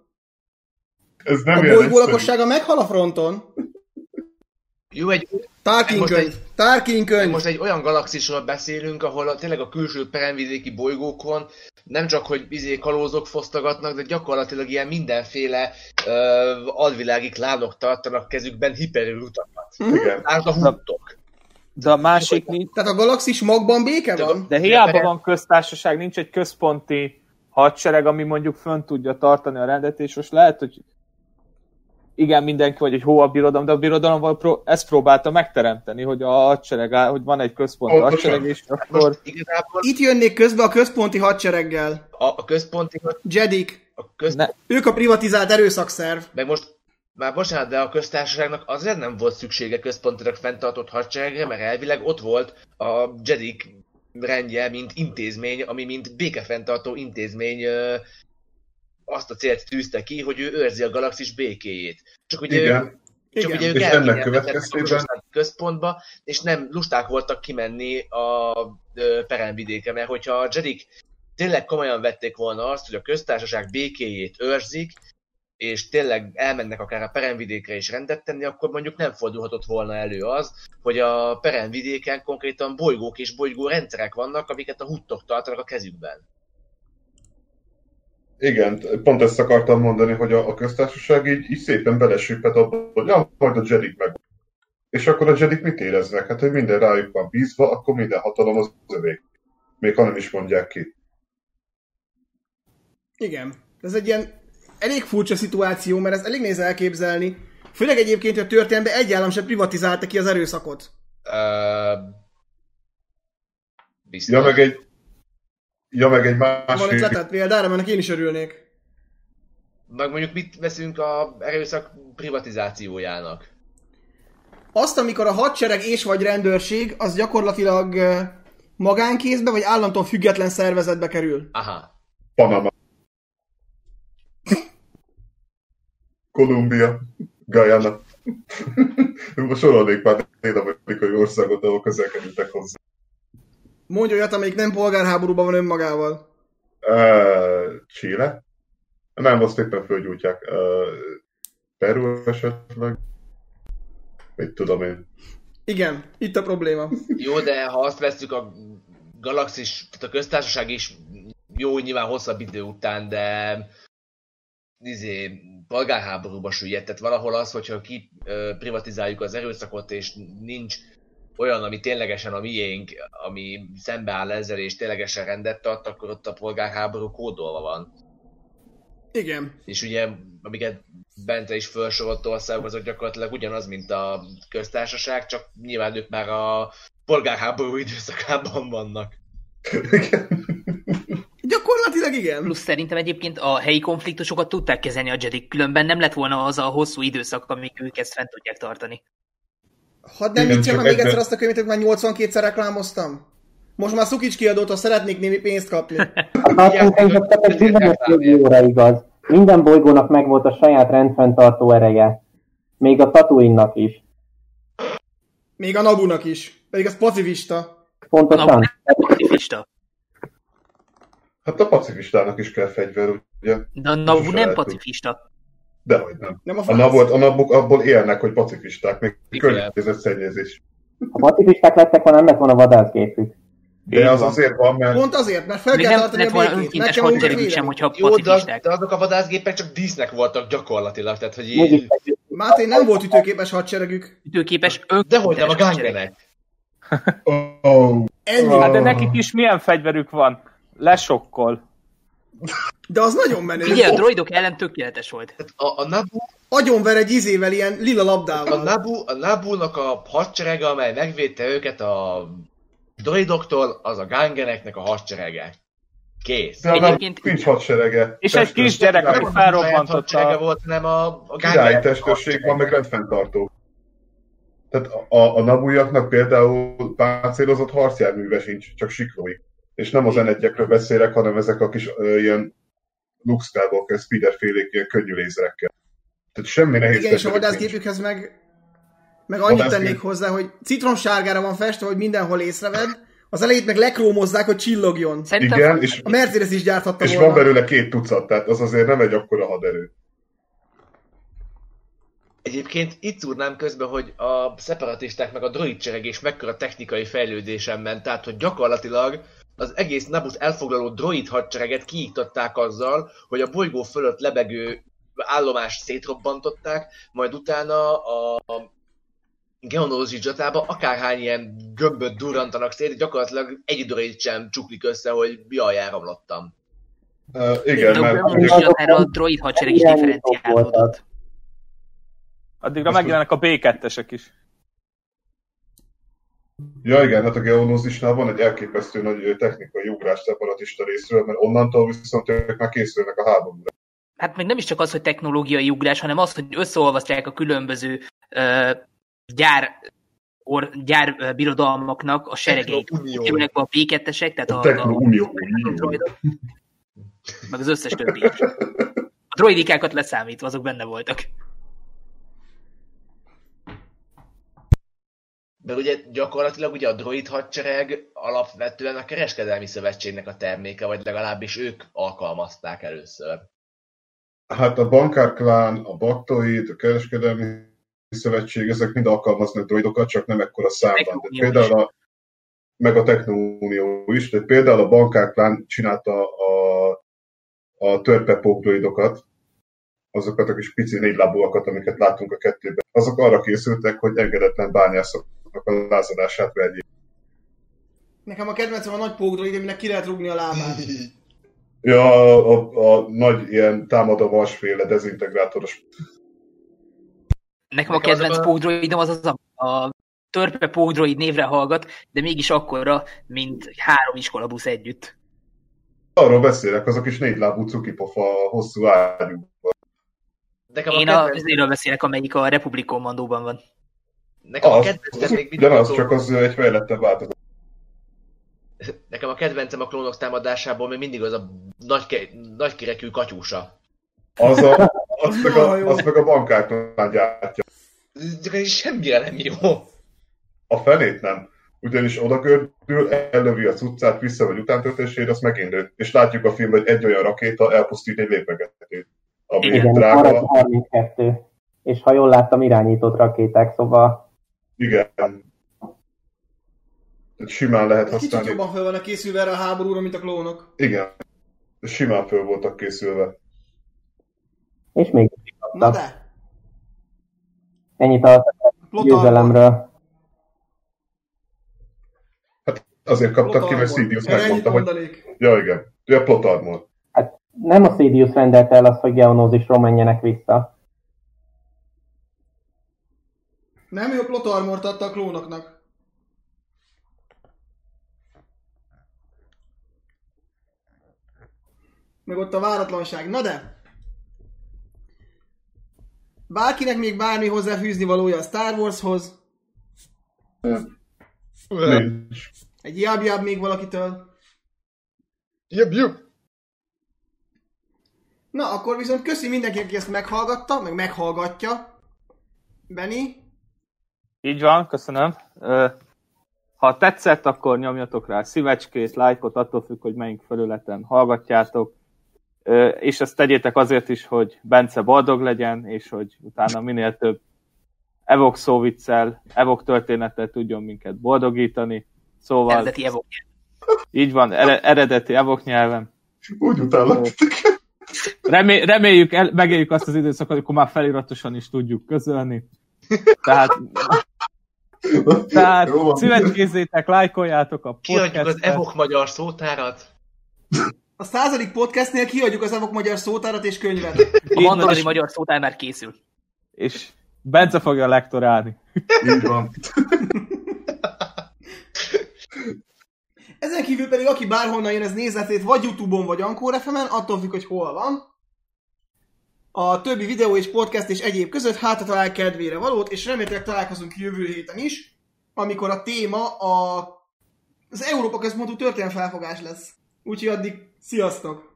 ez nem A ilyen bolygó egyszerű. lakossága meghal a fronton. Jó, egy, Tarkin Most könyv. egy- Tarkin könyv. most egy olyan galaxisról beszélünk, ahol a, tényleg a külső peremvidéki bolygókon nem csak, hogy izé kalózok fosztogatnak, de gyakorlatilag ilyen mindenféle uh, alvilági klánok tartanak kezükben hiperülutakat. Igen. Tehát a huntok. De a másik nincs. Tehát a galaxis magban béke De- van? De hiába van köztársaság, nincs egy központi hadsereg, ami mondjuk fönn tudja tartani a rendet, és most lehet, hogy igen, mindenki vagy egy hó a birodalom, de a birodalomval pró- ezt próbálta megteremteni, hogy a hadsereg, áll- hogy van egy központi Pontosan. hadsereg, és akkor Most igazából Itt jönnék közbe a központi hadsereggel. a, a központi, Jedik. a köz, ne, Ők a privatizált erőszakszerv. meg most már bocsánat, de a köztársaságnak azért nem volt szüksége központilag fenntartott hadseregre, mert elvileg ott volt a Jedik rendje, mint intézmény, ami mint békefenntartó intézmény ö, azt a célt tűzte ki, hogy ő őrzi a galaxis békéjét. Csak ugye Igen. Csak ugye ők és ennek elkényelmettek következtében a központba, és nem lusták voltak kimenni a ö, peremvidékre, mert hogyha a Jedik tényleg komolyan vették volna azt, hogy a köztársaság békéjét őrzik, és tényleg elmennek akár a peremvidékre is rendet tenni, akkor mondjuk nem fordulhatott volna elő az, hogy a peremvidéken konkrétan bolygók és bolygó rendszerek vannak, amiket a huttok tartanak a kezükben. igen, pont ezt akartam mondani, hogy a, a köztársaság így, így szépen belesüppet abba, hogy ja, majd a Jedik meg. És akkor a Jedik mit éreznek? Hát, hogy minden rájuk van bízva, akkor minden hatalom az övék. Még ha nem is mondják ki. Igen. Ez egy ilyen elég furcsa szituáció, mert ez elég nehéz elképzelni. Főleg egyébként, hogy a történelemben egy állam sem privatizálta ki az erőszakot. Uh, biztos. Ja, meg egy, ja, meg egy Van egy másik... letett példára, mert én is örülnék. Meg mondjuk mit veszünk a erőszak privatizációjának? Azt, amikor a hadsereg és vagy rendőrség, az gyakorlatilag uh, magánkézbe vagy államtól független szervezetbe kerül. Aha. Panama. Kolumbia. Guyana. Most sorolnék már dél-amerikai országot, ahol közel kerültek hozzá. Mondj olyat, amelyik nem polgárháborúban van önmagával. Uh, Chile? Nem, azt éppen fölgyújtják. Uh, Peru esetleg? Mit tudom én. Igen, itt a probléma. Jó, de ha azt vesszük, a galaxis, tehát a köztársaság is jó, nyilván hosszabb idő után, de izé, polgárháborúba süllyedt. Tehát valahol az, hogyha ki ö, privatizáljuk az erőszakot, és nincs olyan, ami ténylegesen a miénk, ami szembeáll ezzel, és ténylegesen rendet tart, akkor ott a polgárháború kódolva van. Igen. És ugye, amiket Bence is felsorolt országok, azok gyakorlatilag ugyanaz, mint a köztársaság, csak nyilván ők már a polgárháború időszakában vannak. Gyakorlatilag igen. Plusz szerintem egyébként a helyi konfliktusokat tudták kezelni a Jedik, különben nem lett volna az a hosszú időszak, amíg ők ezt fent tudják tartani. Hadd nem Igen, viccem csak még egyben- egyszer azt a könyvet, hogy már nyolcvankétszer reklámoztam. Most már Szukics kiadótól szeretnék némi pénzt kapni. A tartalomkönyv csak egy bizonyos régióra igaz. Minden bolygónak megvolt a saját rendfenntartó ereje. Még a Tatooine-nak is. Még a Nabunak is. Pedig az pacifista. Pontosan. Nabu nem pacifista. Hát a pacifistának is kell fegyver, ugye? De a Nabu Sose nem lehet pacifista. Dehogy nem. Nem a A franc. nabot, a nabok abból élnek, hogy pacifisták, még Igen. környezetszennyezés. Ha pacifisták lettek volna, nem lett volna vadászgépük. De Így az van. azért van, mert Pont azért, mert fel Még kell nem tartani lett a volna békét. Meg önkéntes kell magunkat hadseregük sem, védeni. hogyha Jó, de, az, pacifisták. de azok a vadászgépek csak dísznek voltak gyakorlatilag, tehát hogy Mégis így... Máté, nem volt ütőképes hadseregük. Ütőképes Dehogy nem a önkéntes hadsereg. gangenek. oh, Ennyi. Hát de nekik is milyen fegyverük van? Lesokkol. De az nagyon menő. Figyelj, a droidok ellen tökéletes volt. A, a Nabu, Agyonver egy izével, ilyen lila a labdával. Nabu, a Nabunak a hadserege, amely megvédte őket a droidoktól, az a gangeneknek a hadserege. Kész. de nem Egyébként- nincs hadserege. És egy Testőr- kisgyerek meg Nem a saját felrobbantotta. hadserege volt, hanem a, a Királyi gangenek testőrség van, meg rendfenntartó. Tehát a, a, a nabujaknak például páncélozott harcjárműve sincs, csak siklói. És nem az enegyekről beszélek, hanem ezek a kis ö, ilyen Luke Skywalker, Speeder-félék ilyen könnyű lézerekkel. Tehát semmi nehéz Igen, és a fegyverük nincs. vadászgépükhez meg, meg annyit Vadászgép. tennék hozzá, hogy citromsárgára van festve, hogy mindenhol észreved, az elejét meg lekrómozzák, hogy csillogjon. Szerintem Igen, és, A Mercedes is gyárthatta és volna. van belőle két tucat, tehát az azért nem egy akkora haderő. Egyébként itt szúrnám közben, hogy a szeparatisták meg a droidcseregés mekkora technikai fejlődésen ment, tehát hogy gyakorlatilag az egész Nabut elfoglaló droid hadsereget kiiktatták azzal, hogy a bolygó fölött lebegő állomást szétrobbantották, majd utána a geonózis csatába akárhány ilyen gömböt durrantanak szét, gyakorlatilag egy droid sem csuklik össze, hogy jaj, elromlottam. Uh, igen, a mert Geonózisra a droid hadsereg is differenciálódott. Addigra megjelennek a bé kettesek is. ja igen, hát a geonózisnál van egy elképesztő nagy ö, technikai ugrás szeparatista részről, mert onnantól viszont ők már készülnek a háborúra. Hát még nem is csak az, hogy technológiai ugrás, hanem az, hogy összeolvasztják a különböző uh, gyár, or, gyár uh, birodalmaknak a seregeit. Techno-unió. Kerülnek be a bé kettesek, tehát A a, Techno-unió. a droidok, meg az összes többi is. A droidikákat leszámítva, azok benne voltak. Mert ugye gyakorlatilag ugye a droid hadsereg alapvetően a kereskedelmi szövetségnek a terméke, vagy legalábbis ők alkalmazták először. Hát a Bankár klán, a Baktoid, a kereskedelmi szövetség, ezek mind alkalmaznak droidokat, csak nem ekkora számban. De például a, meg a Technounió is, de például a Bankár klán csinálta a, a törpepók droidokat, azokat a kis pici négylábúakat, amiket látunk a kettőben. Azok arra készültek, hogy engedetlen bányászoknak a lázadását vegyék. Nekem a kedvencem a nagy pókdroid, aminek ki lehet rúgni a lábát. Ja, a, a, a nagy ilyen támadó vasféle dezintegrátoros. Nekem a kedvenc a... pókdroidom az az a, a törpe pókdroid névre hallgat, de mégis akkora, mint három iskolabusz együtt. Arról beszélek, azok is négylábú cukipofa hosszú ágyúban. Én a kedvenc... beszélek, amelyik a Republic Commandóban van. Nekem az, a kedvencem még mindig ugyanaz, csak az egy fejlettebb változat. Nekem a kedvencem a klónok támadásából még mindig az a nagy, nagy kirekű katyúsa. Az, a, az, meg a, az meg a bankártól gyártja. De semmire nem jó. A fenét nem. Ugyanis oda gördül, ellövi a cuccát, vissza vagy utántöltésére, azt megint lő. És látjuk a filmben, hogy egy olyan rakéta elpusztít egy lépegetőt. Igen, drága... harminckettő. És ha jól láttam, irányított rakéták, szóval... Igen. Simán lehet használni. Kicsit jobban fel vannak készülve erre a háborúra, mint a klónok. Igen. Simán föl voltak készülve. És még... Na de! Ennyit a győzelemről. Hát azért kaptak ki, mert Sidious megmondta, hogy... Ja, igen. Ő a plot armor. Hát nem a Sidious rendelte el azt, hogy Geonosis-ról menjenek vissza. Nem, ő a plot armort adta a klónoknak. Meg ott a váratlanság. Na de! Bárkinek még bármi hozzáfűzni valója a Star Warshoz? Nincs. Egy jab-jab még valakitől? Jab-jab! Na, akkor viszont köszi mindenki, aki ezt meghallgatta, meg meghallgatja. Benni? Így van, köszönöm. Ha tetszett, akkor nyomjatok rá szívecskét, lájkot, attól függ, hogy melyik felületen hallgatjátok. És ezt tegyétek azért is, hogy Bence boldog legyen, és hogy utána minél több evok szóviccel, evok történettel tudjon minket boldogítani. Szóval... Eredeti evok. Így van, eredeti evok nyelven. Úgy utállak. Remé- reméljük, el, megéljük azt az időszakot, amikor már feliratosan is tudjuk közölni. Tehát, tehát szívecskézzétek, lájkoljátok a podcastet. Kiadjuk az evok magyar szótárat. A századik podcastnél kiadjuk az evok magyar szótárat és könyvet. A mandalori magyar szótár már készül. És Bence fogja lektorálni. Így van. Ezen kívül pedig aki bárhonnan jön, ez nézhetét vagy YouTube-on, vagy Anchor ef emen, attól függ, hogy hol van. A többi videó és podcast és egyéb között hátra talál kedvére valót, és remélhetőleg találkozunk jövő héten is, amikor a téma a... az Európa központú történelmi felfogás lesz. Úgyhogy addig sziasztok!